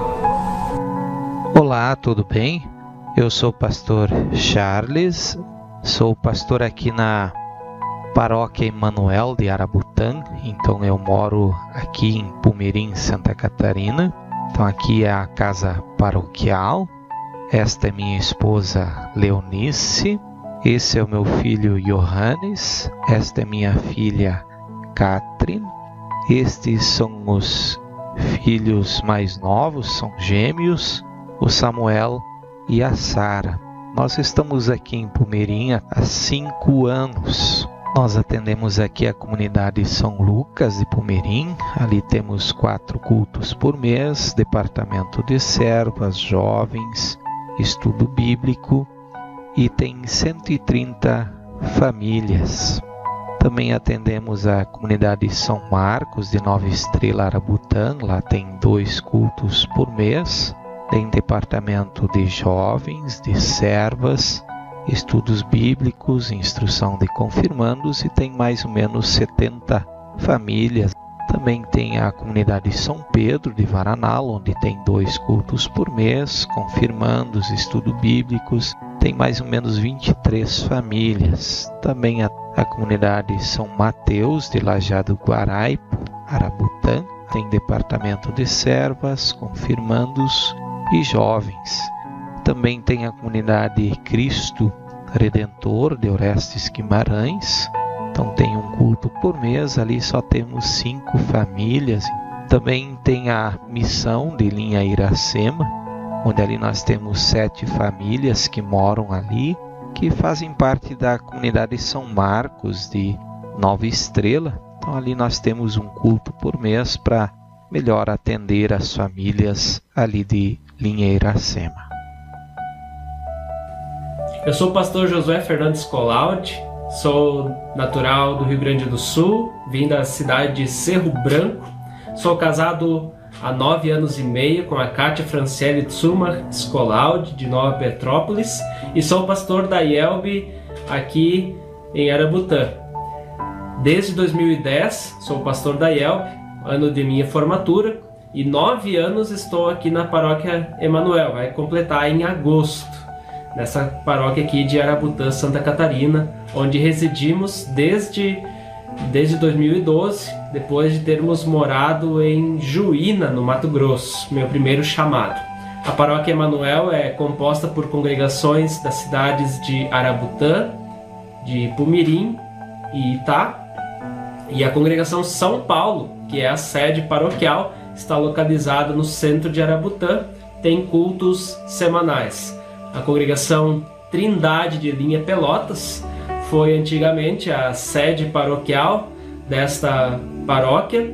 Speaker 12: Olá, tudo bem? Eu sou o pastor Charles, sou pastor aqui na Paróquia Emanuel de Arabutã, então eu moro aqui em Pumirim, Santa Catarina. Então aqui é a casa paroquial. Esta é minha esposa Leonice, esse é o meu filho Johannes, esta é minha filha Catherine, estes são os filhos mais novos, são gêmeos, o Samuel e a Sara. Nós estamos aqui em Pumirim há cinco anos. Nós atendemos aqui a comunidade São Lucas de Pumirim, ali temos quatro cultos por mês, departamento de servas, jovens, estudo bíblico, e tem cento e trinta famílias. Também atendemos a comunidade São Marcos de Nova Estrela, Arabutã, lá tem dois cultos por mês, tem departamento de jovens, de servas, estudos bíblicos, instrução de confirmandos, e tem mais ou menos setenta famílias. Também tem a comunidade São Pedro de Varanal, onde tem dois cultos por mês, confirmandos, estudos bíblicos, tem mais ou menos vinte e três famílias. Também a, a comunidade São Mateus de Lajeado Guaraipo, Arabutã, tem departamento de servas, confirmandos e jovens. Também tem a comunidade Cristo Redentor de Orestes Guimarães. Então tem um culto por mês, ali só temos cinco famílias. Também tem a missão de linha Iracema, onde ali nós temos sete famílias que moram ali, que fazem parte da comunidade São Marcos de Nova Estrela. Então ali nós temos um culto por mês para melhor atender as famílias ali de linha Iracema.
Speaker 13: Eu sou o pastor Josué Fernandes Colaude, sou natural do Rio Grande do Sul, vim da cidade de Cerro Branco, sou casado há nove anos e meio com a Kátia Franciele Tsumar Scolaude, de Nova Petrópolis, e sou pastor da I E L B aqui em Arabutã. Desde dois mil e dez sou pastor da I E L B, ano de minha formatura, e nove anos estou aqui na Paróquia Emanuel, vai completar em agosto, nessa paróquia aqui de Arabutã, Santa Catarina, onde residimos desde, desde dois mil e doze, depois de termos morado em Juína, no Mato Grosso, meu primeiro chamado. A Paróquia Emanuel é composta por congregações das cidades de Arabutã, de Pumirim e Itá, e a congregação São Paulo, que é a sede paroquial, está localizada no centro de Arabutã, tem cultos semanais. A congregação Trindade de Linha Pelotas foi antigamente a sede paroquial desta paróquia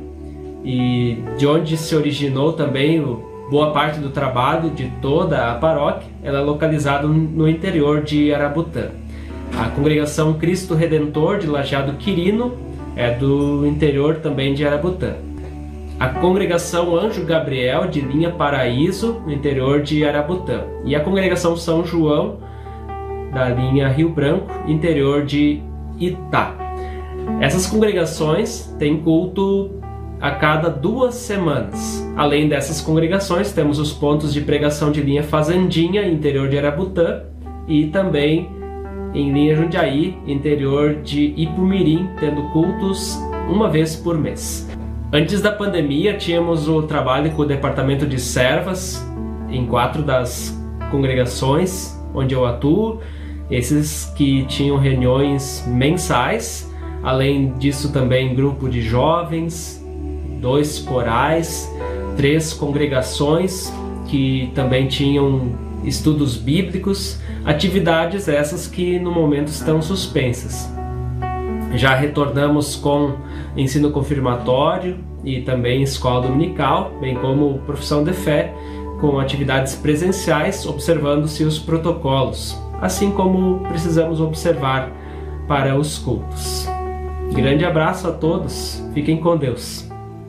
Speaker 13: e de onde se originou também o, boa parte do trabalho de toda a paróquia. Ela é localizada no interior de Arabutã. A congregação Cristo Redentor de Lajeado Quirino é do interior também de Arabutã. A congregação Anjo Gabriel de Linha Paraíso, no interior de Arabutã. E a congregação São João, da linha Rio Branco, interior de Itá. Essas congregações têm culto a cada duas semanas. Além dessas congregações, temos os pontos de pregação de linha Fazendinha, interior de Arabutã, e também em linha Jundiaí, interior de Ipumirim, tendo cultos uma vez por mês. Antes da pandemia, tínhamos o trabalho com o departamento de servas em quatro das congregações onde eu atuo, esses que tinham reuniões mensais, além disso também grupo de jovens, dois corais, três congregações que também tinham estudos bíblicos, atividades essas que no momento estão suspensas. Já retornamos com ensino confirmatório e também escola dominical, bem como profissão de fé, com atividades presenciais, observando-se os protocolos, assim como precisamos observar para os cultos. Grande abraço a todos, fiquem com Deus.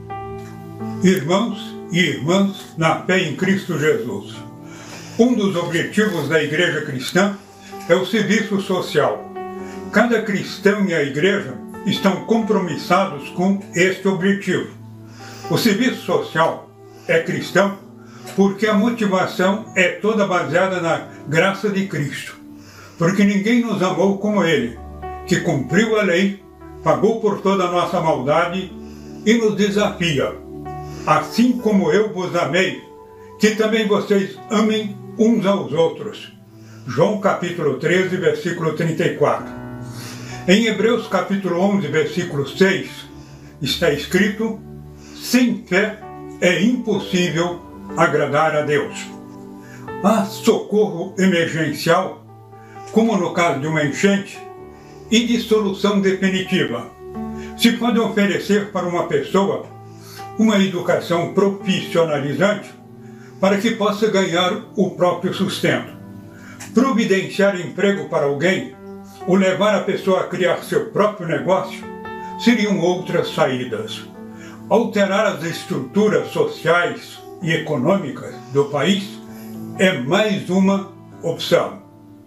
Speaker 14: Irmãos e irmãs na fé em Cristo Jesus, um dos objetivos da Igreja Cristã é o serviço social. Cada cristão e a Igreja estão compromissados com este objetivo. O serviço social é cristão porque a motivação é toda baseada na graça de Cristo. Porque ninguém nos amou como Ele, que cumpriu a lei, pagou por toda a nossa maldade e nos desafia. Assim como eu vos amei, que também vocês amem uns aos outros. João capítulo treze, versículo trinta e quatro. Em Hebreus capítulo onze, versículo seis, está escrito: sem fé é impossível agradar a Deus. Há socorro emergencial, como no caso de uma enchente, e de solução definitiva. Se pode oferecer para uma pessoa uma educação profissionalizante para que possa ganhar o próprio sustento. Providenciar emprego para alguém ou levar a pessoa a criar seu próprio negócio seriam outras saídas. Alterar as estruturas sociais e econômicas do país é mais uma opção.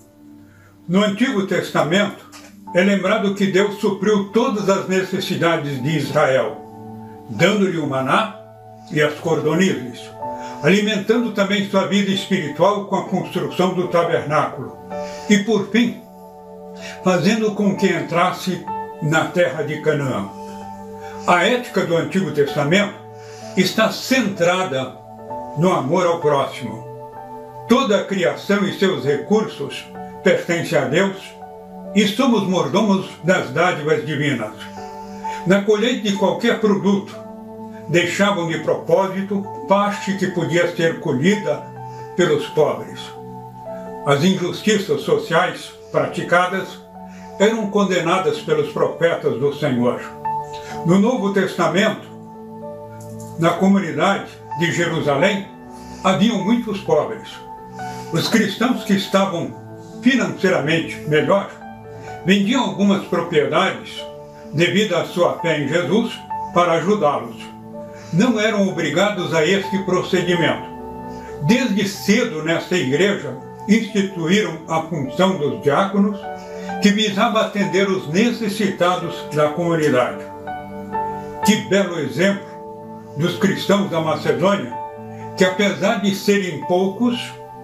Speaker 14: No Antigo Testamento é lembrado que Deus supriu todas as necessidades de Israel, dando-lhe o maná e as cordonizes, alimentando também sua vida espiritual com a construção do tabernáculo e, por fim, fazendo com que entrasse na terra de Canaã. A ética do Antigo Testamento está centrada no amor ao próximo. Toda a criação e seus recursos pertencem a Deus e somos mordomos das dádivas divinas. Na colheita de qualquer produto, deixavam de propósito parte que podia ser colhida pelos pobres. As injustiças sociais praticadas eram condenadas pelos profetas do Senhor. No Novo Testamento, na comunidade de Jerusalém, haviam muitos pobres. Os cristãos que estavam financeiramente melhor vendiam algumas propriedades devido à sua fé em Jesus para ajudá-los. Não eram obrigados a este procedimento. Desde cedo nesta igreja instituíram a função dos diáconos, que visava atender os necessitados da comunidade. Que belo exemplo dos cristãos da Macedônia, que apesar de serem poucos,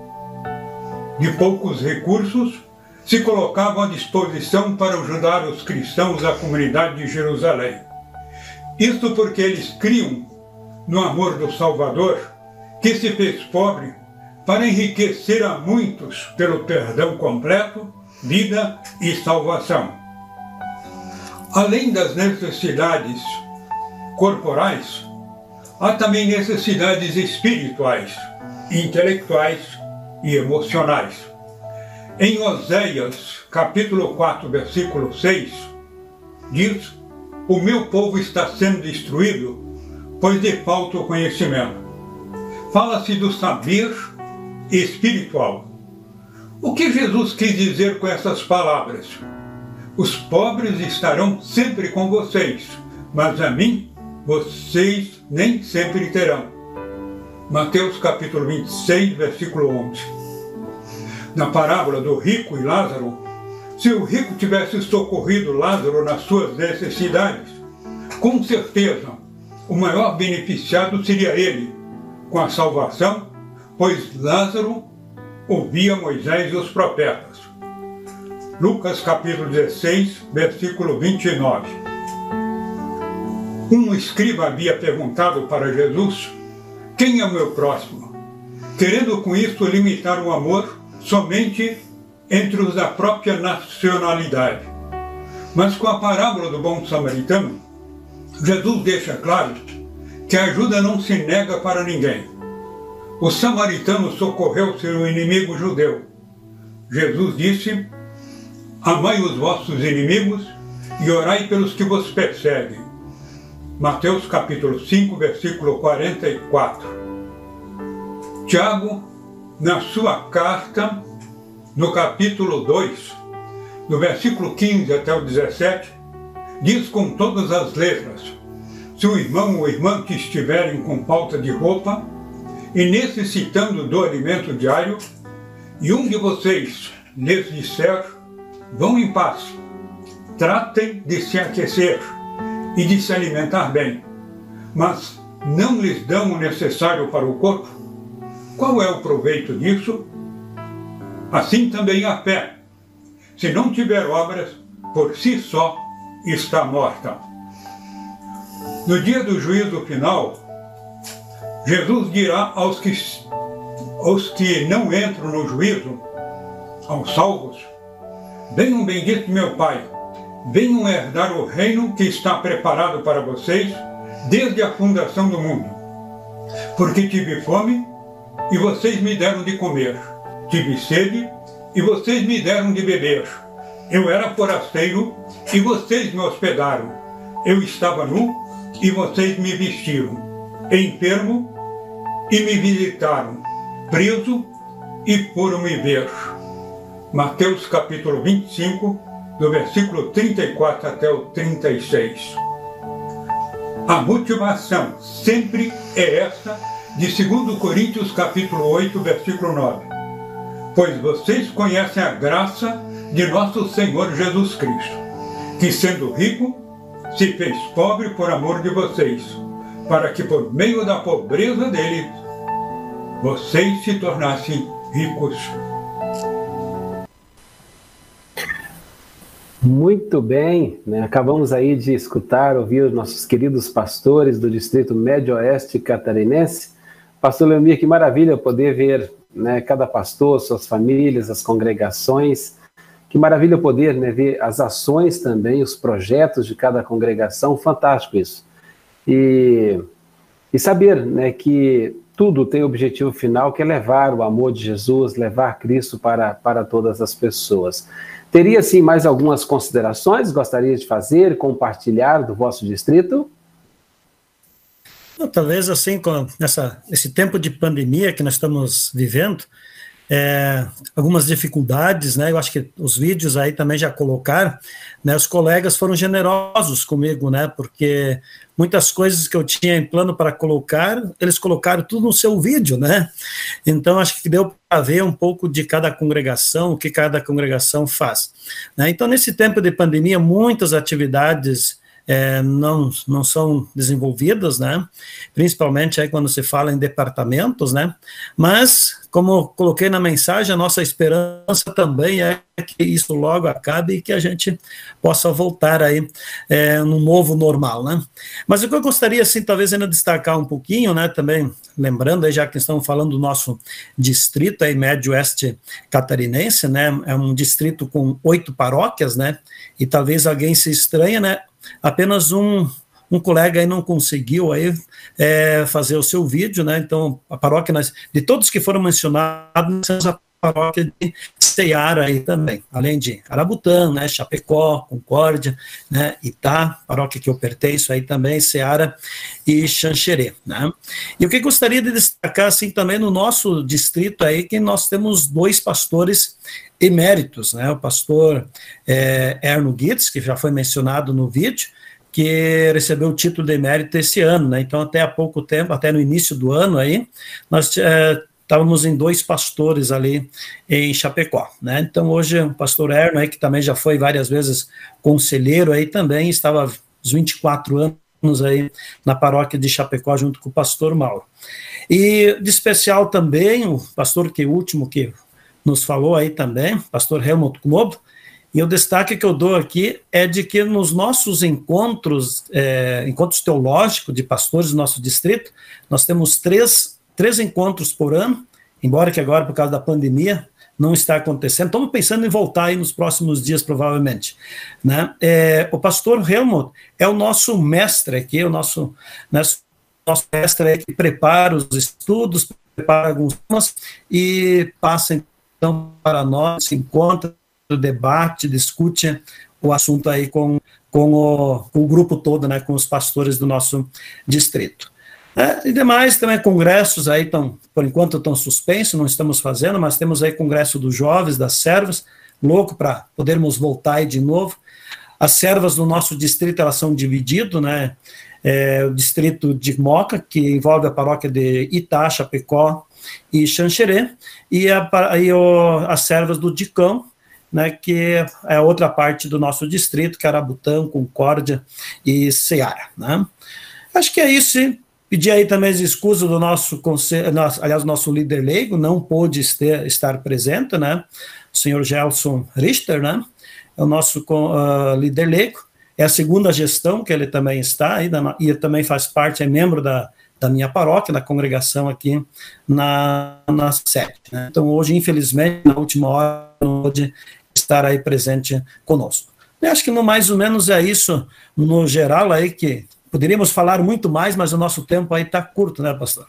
Speaker 14: de poucos recursos, se colocavam à disposição para ajudar os cristãos da comunidade de Jerusalém. Isto porque eles criam no amor do Salvador, que se fez pobre para enriquecer a muitos pelo perdão completo, vida e salvação. Além das necessidades corporais, há também necessidades espirituais, intelectuais e emocionais. Em Oséias, capítulo quatro, versículo seis, diz: o meu povo está sendo destruído, pois lhe falta o conhecimento. Fala-se do saber espiritual. O que Jesus quis dizer com essas palavras? Os pobres estarão sempre com vocês, mas a mim vocês nem sempre terão. Mateus capítulo vinte e seis, versículo onze. Na parábola do rico e Lázaro, se o rico tivesse socorrido Lázaro nas suas necessidades, com certeza o maior beneficiado seria ele, com a salvação, pois Lázaro ouvia Moisés e os profetas. Lucas capítulo dezesseis, versículo vinte e nove. Um escriba havia perguntado para Jesus: quem é o meu próximo? querendo com isso limitar o amor somente entre os da própria nacionalidade. Mas com a parábola do bom samaritano, Jesus deixa claro que a ajuda não se nega para ninguém. O samaritano socorreu seu inimigo judeu. Jesus disse: amai os vossos inimigos e orai pelos que vos perseguem. Mateus capítulo cinco, versículo quarenta e quatro. Tiago, na sua carta, no capítulo dois, do versículo quinze até o dezessete, diz com todas as letras: se o irmão ou irmã que estiverem com falta de roupa e necessitando do alimento diário, e um de vocês lhes disser: vão em paz, tratem de se aquecer e de se alimentar bem, mas não lhes dão o necessário para o corpo, qual é o proveito disso? Assim também a fé, se não tiver obras, por si só está morta. No dia do juízo final, Jesus dirá aos que, aos que não entram no juízo, aos salvos: venham, bendito meu Pai, venham herdar o reino que está preparado para vocês desde a fundação do mundo. Porque tive fome e vocês me deram de comer, tive sede e vocês me deram de beber, eu era forasteiro e vocês me hospedaram, eu estava nu e vocês me vestiram, enfermo e me visitaram, preso e foram me ver. Mateus capítulo vinte e cinco, do versículo trinta e quatro até o trinta e seis. A motivação sempre é essa de dois Coríntios capítulo oito, versículo nove. Pois vocês conhecem a graça de nosso Senhor Jesus Cristo, que sendo rico, se fez pobre por amor de vocês, para que por meio da pobreza dele, vocês se tornassem ricos.
Speaker 1: Muito bem, né? Acabamos aí de escutar, ouvir os nossos queridos pastores do Distrito Médio-Oeste catarinense. Pastor Leomir, que maravilha poder ver, né, cada pastor, suas famílias, as congregações. Que maravilha poder, né, ver as ações também, os projetos de cada congregação. Fantástico isso. E, e saber, né, que tudo tem o objetivo final, que é levar o amor de Jesus, levar Cristo para, para todas as pessoas. Teria, sim, mais algumas considerações? Gostaria de fazer, compartilhar do vosso distrito?
Speaker 2: Talvez, assim, com essa, esse tempo de pandemia que nós estamos vivendo, é, algumas dificuldades, né? Eu acho que os vídeos aí também já colocaram, né? Os colegas foram generosos comigo, né? Porque muitas coisas que eu tinha em plano para colocar, eles colocaram tudo no seu vídeo, né? Então, acho que deu para ver um pouco de cada congregação, o que cada congregação faz, né? Então, nesse tempo de pandemia, muitas atividades É, não, não são desenvolvidas, né? Principalmente aí quando se fala em departamentos, né? Mas, como coloquei na mensagem, a nossa esperança também é que isso logo acabe e que a gente possa voltar aí é, no novo normal, né? Mas o que eu gostaria, assim, talvez ainda destacar um pouquinho, né? Também lembrando aí, já que estamos falando do nosso distrito aí, Médio-Oeste catarinense, né? É um distrito com oito paróquias, né? E talvez alguém se estranhe, né? Apenas um, um colega aí não conseguiu aí, é, fazer o seu vídeo, né? Então, a paróquia, nós, de todos que foram mencionados, nós temos a paróquia de Ceará aí também, além de Arabutã, né, Chapecó, Concórdia, né, Itá, paróquia que eu pertenço aí também, Ceará e Xanxerê, né? E o que gostaria de destacar, assim, também no nosso distrito aí, que nós temos dois pastores eméritos, né? O pastor é, Erno Gitz, que já foi mencionado no vídeo, que recebeu o título de emérito esse ano, né? Então, até há pouco tempo, até no início do ano aí, nós é, estávamos em dois pastores ali em Chapecó, né? Então, hoje, o pastor Erno aí, que também já foi várias vezes conselheiro aí também, estava os vinte e quatro anos aí na paróquia de Chapecó, junto com o pastor Mauro. E, de especial também, o pastor que é o último que nos falou aí também, pastor Helmut Knob, e o destaque que eu dou aqui é de que nos nossos encontros, é, encontros teológicos de pastores do nosso distrito, nós temos três, três encontros por ano, embora que agora, por causa da pandemia, não está acontecendo. Estamos pensando em voltar aí nos próximos dias, provavelmente. Né? É, o pastor Helmut é o nosso mestre aqui, o nosso, nosso, nosso mestre é que prepara os estudos, prepara alguns temas e passa, então, para nós, se encontra, debate, discute o assunto aí com, com, o, com o grupo todo, né, com os pastores do nosso distrito. É, e demais também congressos aí estão, por enquanto estão suspensos, não estamos fazendo, mas temos aí congresso dos jovens, das servas, louco para podermos voltar aí de novo. As servas do nosso distrito, elas são divididas, né, é, o distrito de Moca, que envolve a paróquia de Itá, Chapecó e Xanxerê, e, a, e o, as servas do Dicão, né, que é outra parte do nosso distrito, que é Arabutã, Concórdia e Ceará. Né. Acho que é isso, hein? Pedir aí também as escusas do nosso conselho, aliás, o nosso líder leigo, não pôde este, estar presente, né, o senhor Gelson Richter, né, é o nosso uh, líder leigo, é a segunda gestão que ele também está, aí, da, e também faz parte, é membro da, da minha paróquia, da congregação aqui na, na sede, né. Então hoje, infelizmente, na última hora, não pôde estar aí presente conosco. Eu acho que no mais ou menos é isso, no geral aí, que poderíamos falar muito mais, mas o nosso tempo aí está curto, né, pastor?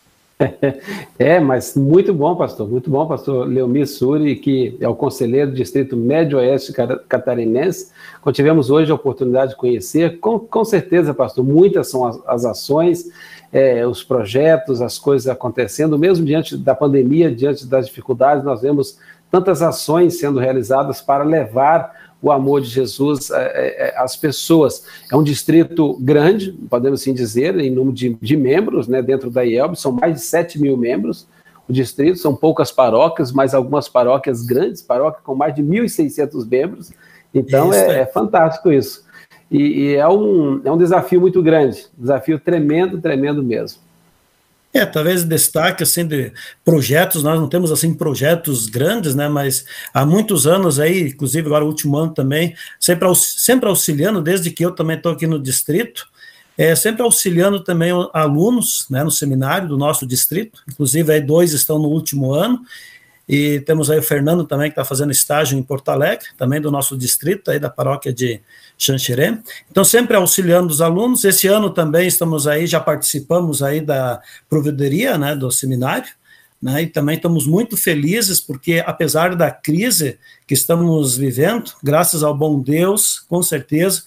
Speaker 1: É, mas muito bom, pastor, muito bom, pastor Leomir Suri, que é o conselheiro do Distrito Médio-Oeste Catarinense, que tivemos hoje a oportunidade de conhecer. Com, com certeza, pastor, muitas são as, as ações, é, os projetos, as coisas acontecendo, mesmo diante da pandemia, diante das dificuldades, nós vemos tantas ações sendo realizadas para levar o amor de Jesus às pessoas. É um distrito grande, podemos assim dizer, em número de, de membros, né, dentro da I E L B, são mais de sete mil membros. O distrito são poucas paróquias, mas algumas paróquias grandes, paróquias com mais de mil e seiscentos membros. Então isso, é, é. é fantástico isso. E, e é, um, é um desafio muito grande, desafio tremendo, tremendo mesmo.
Speaker 2: É, talvez destaque, assim, de projetos, nós não temos, assim, projetos grandes, né, mas há muitos anos aí, inclusive agora o último ano também, sempre, sempre auxiliando, desde que eu também estou aqui no distrito, é, sempre auxiliando também alunos, né, no seminário do nosso distrito, inclusive aí dois estão no último ano, e temos aí o Fernando também, que está fazendo estágio em Porto Alegre, também do nosso distrito, aí da paróquia de Xanxerê. Então, sempre auxiliando os alunos. Esse ano também estamos aí, já participamos aí da provedoria, né, do seminário, né, e também estamos muito felizes, porque apesar da crise que estamos vivendo, graças ao bom Deus, com certeza,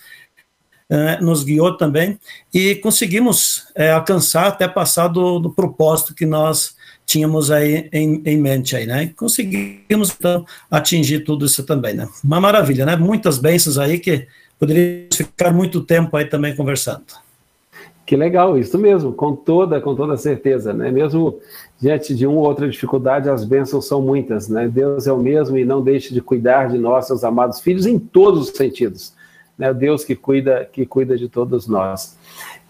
Speaker 2: eh, nos guiou também, e conseguimos eh, alcançar, até passar do, do propósito que nós tínhamos aí em, em mente aí, né? Conseguimos, então, atingir tudo isso também, né? Uma maravilha, né? Muitas bênçãos aí que poderíamos ficar muito tempo aí também conversando.
Speaker 1: Que legal, isso mesmo, com toda, com toda certeza, né? Mesmo diante de uma ou outra dificuldade, as bênçãos são muitas, né? Deus é o mesmo e não deixe de cuidar de nós, seus amados filhos, em todos os sentidos, né? Deus que cuida, que cuida de todos nós.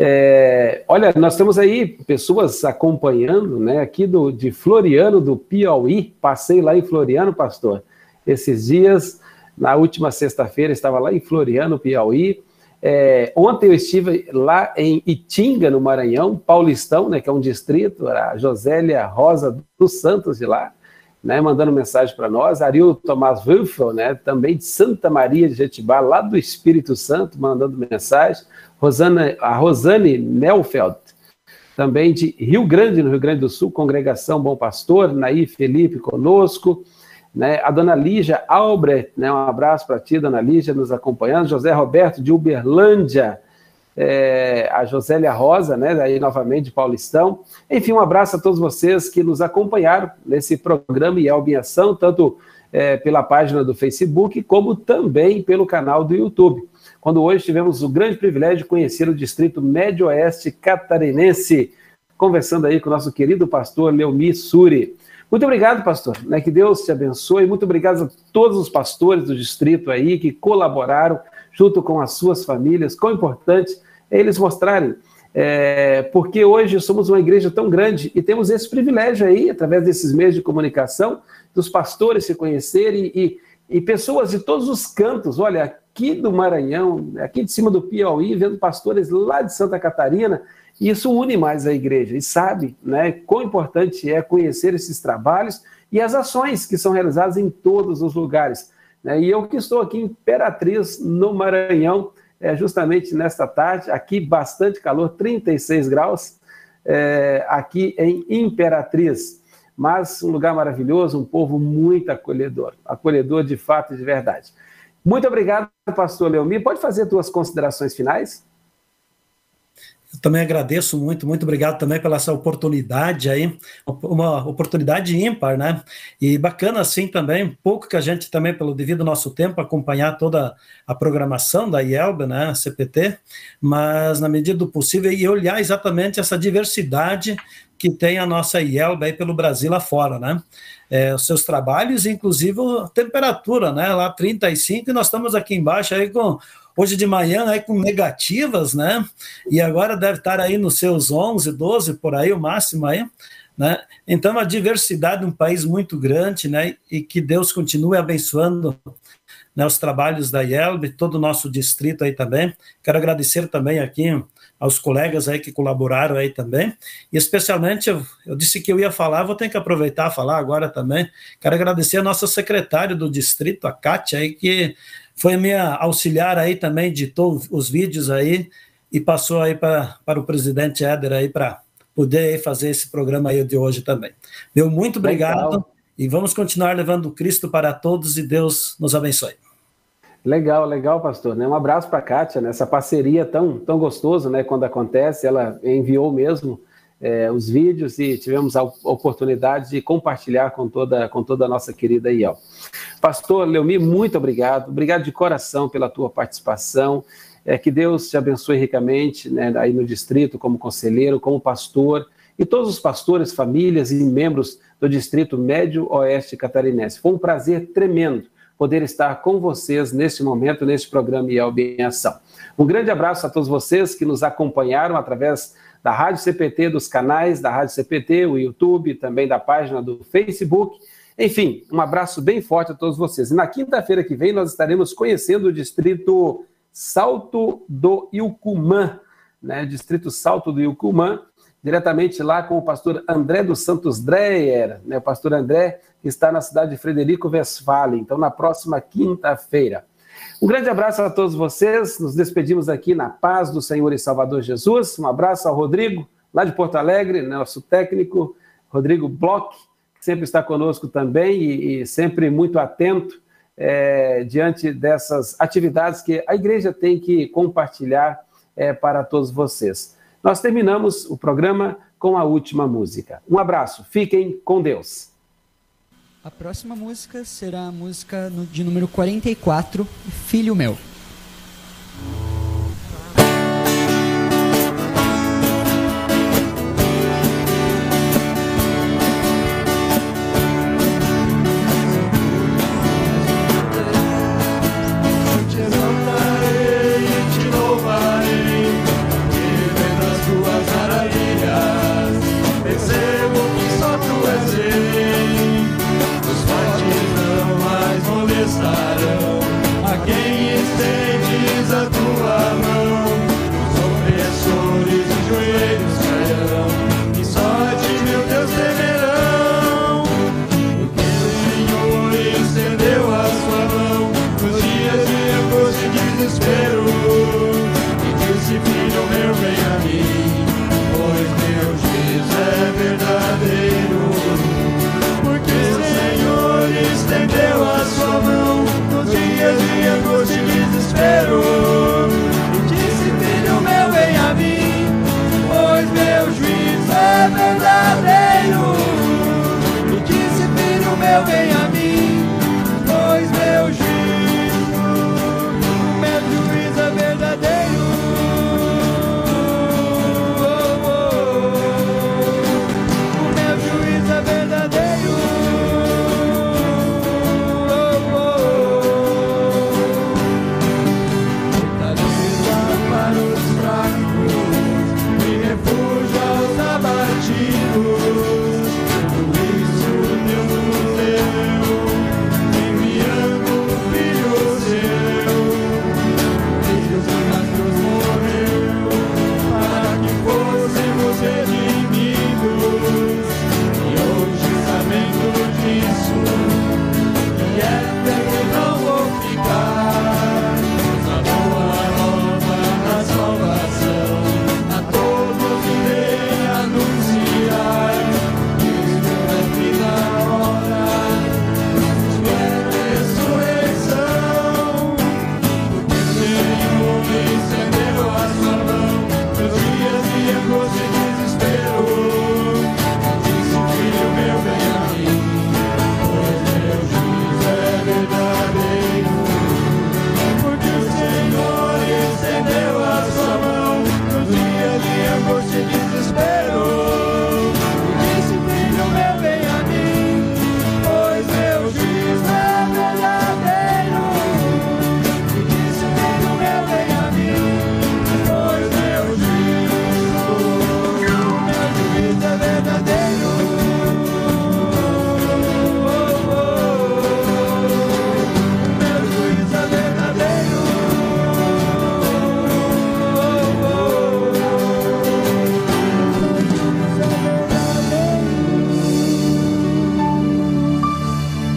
Speaker 1: É, olha, nós temos aí pessoas acompanhando, né, aqui do, de Floriano, do Piauí. Passei lá em Floriano, pastor, esses dias, na última sexta-feira, estava lá em Floriano, Piauí. É, ontem eu estive lá em Itinga, no Maranhão, Paulistão, né, que é um distrito, a Josélia Rosa dos Santos de lá, né, mandando mensagem para nós. Ariel Tomás Wilfel, né, também de Santa Maria de Jetibá, lá do Espírito Santo, mandando mensagem. Rosana, a Rosane Nelfeld, também de Rio Grande, no Rio Grande do Sul, Congregação Bom Pastor, Naí Felipe conosco, né, a dona Lígia Albrecht, né, um abraço para ti, dona Lígia, nos acompanhando, José Roberto de Uberlândia, é, a Josélia Rosa, né, aí novamente de Paulistão, enfim, um abraço a todos vocês que nos acompanharam nesse programa I E L B em Ação, tanto é, pela página do Facebook, como também pelo canal do YouTube, quando hoje tivemos o grande privilégio de conhecer o Distrito Médio-Oeste Catarinense, conversando aí com o nosso querido pastor Leomir Suri. Muito obrigado, pastor, né, que Deus te abençoe, muito obrigado a todos os pastores do distrito aí que colaboraram junto com as suas famílias. Quão importante é eles mostrarem, é, porque hoje somos uma igreja tão grande e temos esse privilégio aí, através desses meios de comunicação, dos pastores se conhecerem e e pessoas de todos os cantos, olha, aqui do Maranhão, aqui de cima do Piauí, vendo pastores lá de Santa Catarina, e isso une mais a igreja, e sabe, né, quão importante é conhecer esses trabalhos e as ações que são realizadas em todos os lugares. Né? E eu que estou aqui em Imperatriz, no Maranhão, é, justamente nesta tarde, aqui bastante calor, trinta e seis graus, é, aqui em Imperatriz. Mas um lugar maravilhoso, um povo muito acolhedor, acolhedor de fato e de verdade. Muito obrigado, pastor Leomir. Pode fazer suas considerações finais?
Speaker 2: Eu também agradeço muito, muito obrigado também pela essa oportunidade aí, uma oportunidade ímpar, né? E bacana assim também, um pouco que a gente também, pelo devido ao nosso tempo, acompanhar toda a programação da I E L B, né, C P T, mas na medida do possível, e olhar exatamente essa diversidade que tem a nossa I E L B aí pelo Brasil lá fora, né? É, os seus trabalhos, inclusive a temperatura, né? Lá trinta e cinco, e nós estamos aqui embaixo aí com... Hoje de manhã, aí com negativas, né? E agora deve estar aí nos seus onze, doze, por aí, o máximo aí, né? Então, a diversidade de um país muito grande, né? E que Deus continue abençoando, né, os trabalhos da I E L B, todo o nosso distrito aí também. Quero agradecer também aqui aos colegas aí que colaboraram aí também. E especialmente, eu, eu disse que eu ia falar, vou ter que aproveitar a falar agora também. Quero agradecer a nossa secretária do distrito, a Kátia, aí, que foi minha auxiliar aí também, editou os vídeos aí e passou aí pra, para o presidente Éder aí para poder aí fazer esse programa aí de hoje também. Meu muito obrigado. Legal. E vamos continuar levando Cristo para todos e Deus nos abençoe.
Speaker 1: Legal, legal, pastor. Um abraço para a Kátia, né? Essa parceria tão, tão gostosa, né? Quando acontece, ela enviou mesmo é, os vídeos e tivemos a oportunidade de compartilhar com toda, com toda a nossa querida I E L. Pastor Leomir, muito obrigado. Obrigado de coração pela tua participação. É, que Deus te abençoe ricamente, né, aí no distrito, como conselheiro, como pastor, e todos os pastores, famílias e membros do Distrito Médio Oeste Catarinense. Foi um prazer tremendo poder estar com vocês neste momento, neste programa I E L B em Ação. Um grande abraço a todos vocês que nos acompanharam através da Rádio C P T, dos canais da Rádio C P T, o YouTube, também da página do Facebook. Enfim, um abraço bem forte a todos vocês. E na quinta-feira que vem nós estaremos conhecendo o Distrito Salto do Ilcumã, né? Distrito Salto do Ilcumã, diretamente lá com o pastor André dos Santos Dreyer, né? O pastor André, que está na cidade de Frederico Westphalen. Então, na próxima quinta-feira. Um grande abraço a todos vocês. Nos despedimos aqui na paz do Senhor e Salvador Jesus. Um abraço ao Rodrigo, lá de Porto Alegre, nosso técnico, Rodrigo Bloch, que sempre está conosco também e, e sempre muito atento é, diante dessas atividades que a igreja tem que compartilhar é, para todos vocês. Nós terminamos o programa com a última música. Um abraço, fiquem com Deus.
Speaker 15: A próxima música será a música de número quarenta e quatro, Filho Meu.
Speaker 3: Estendeu a sua mão nos dias de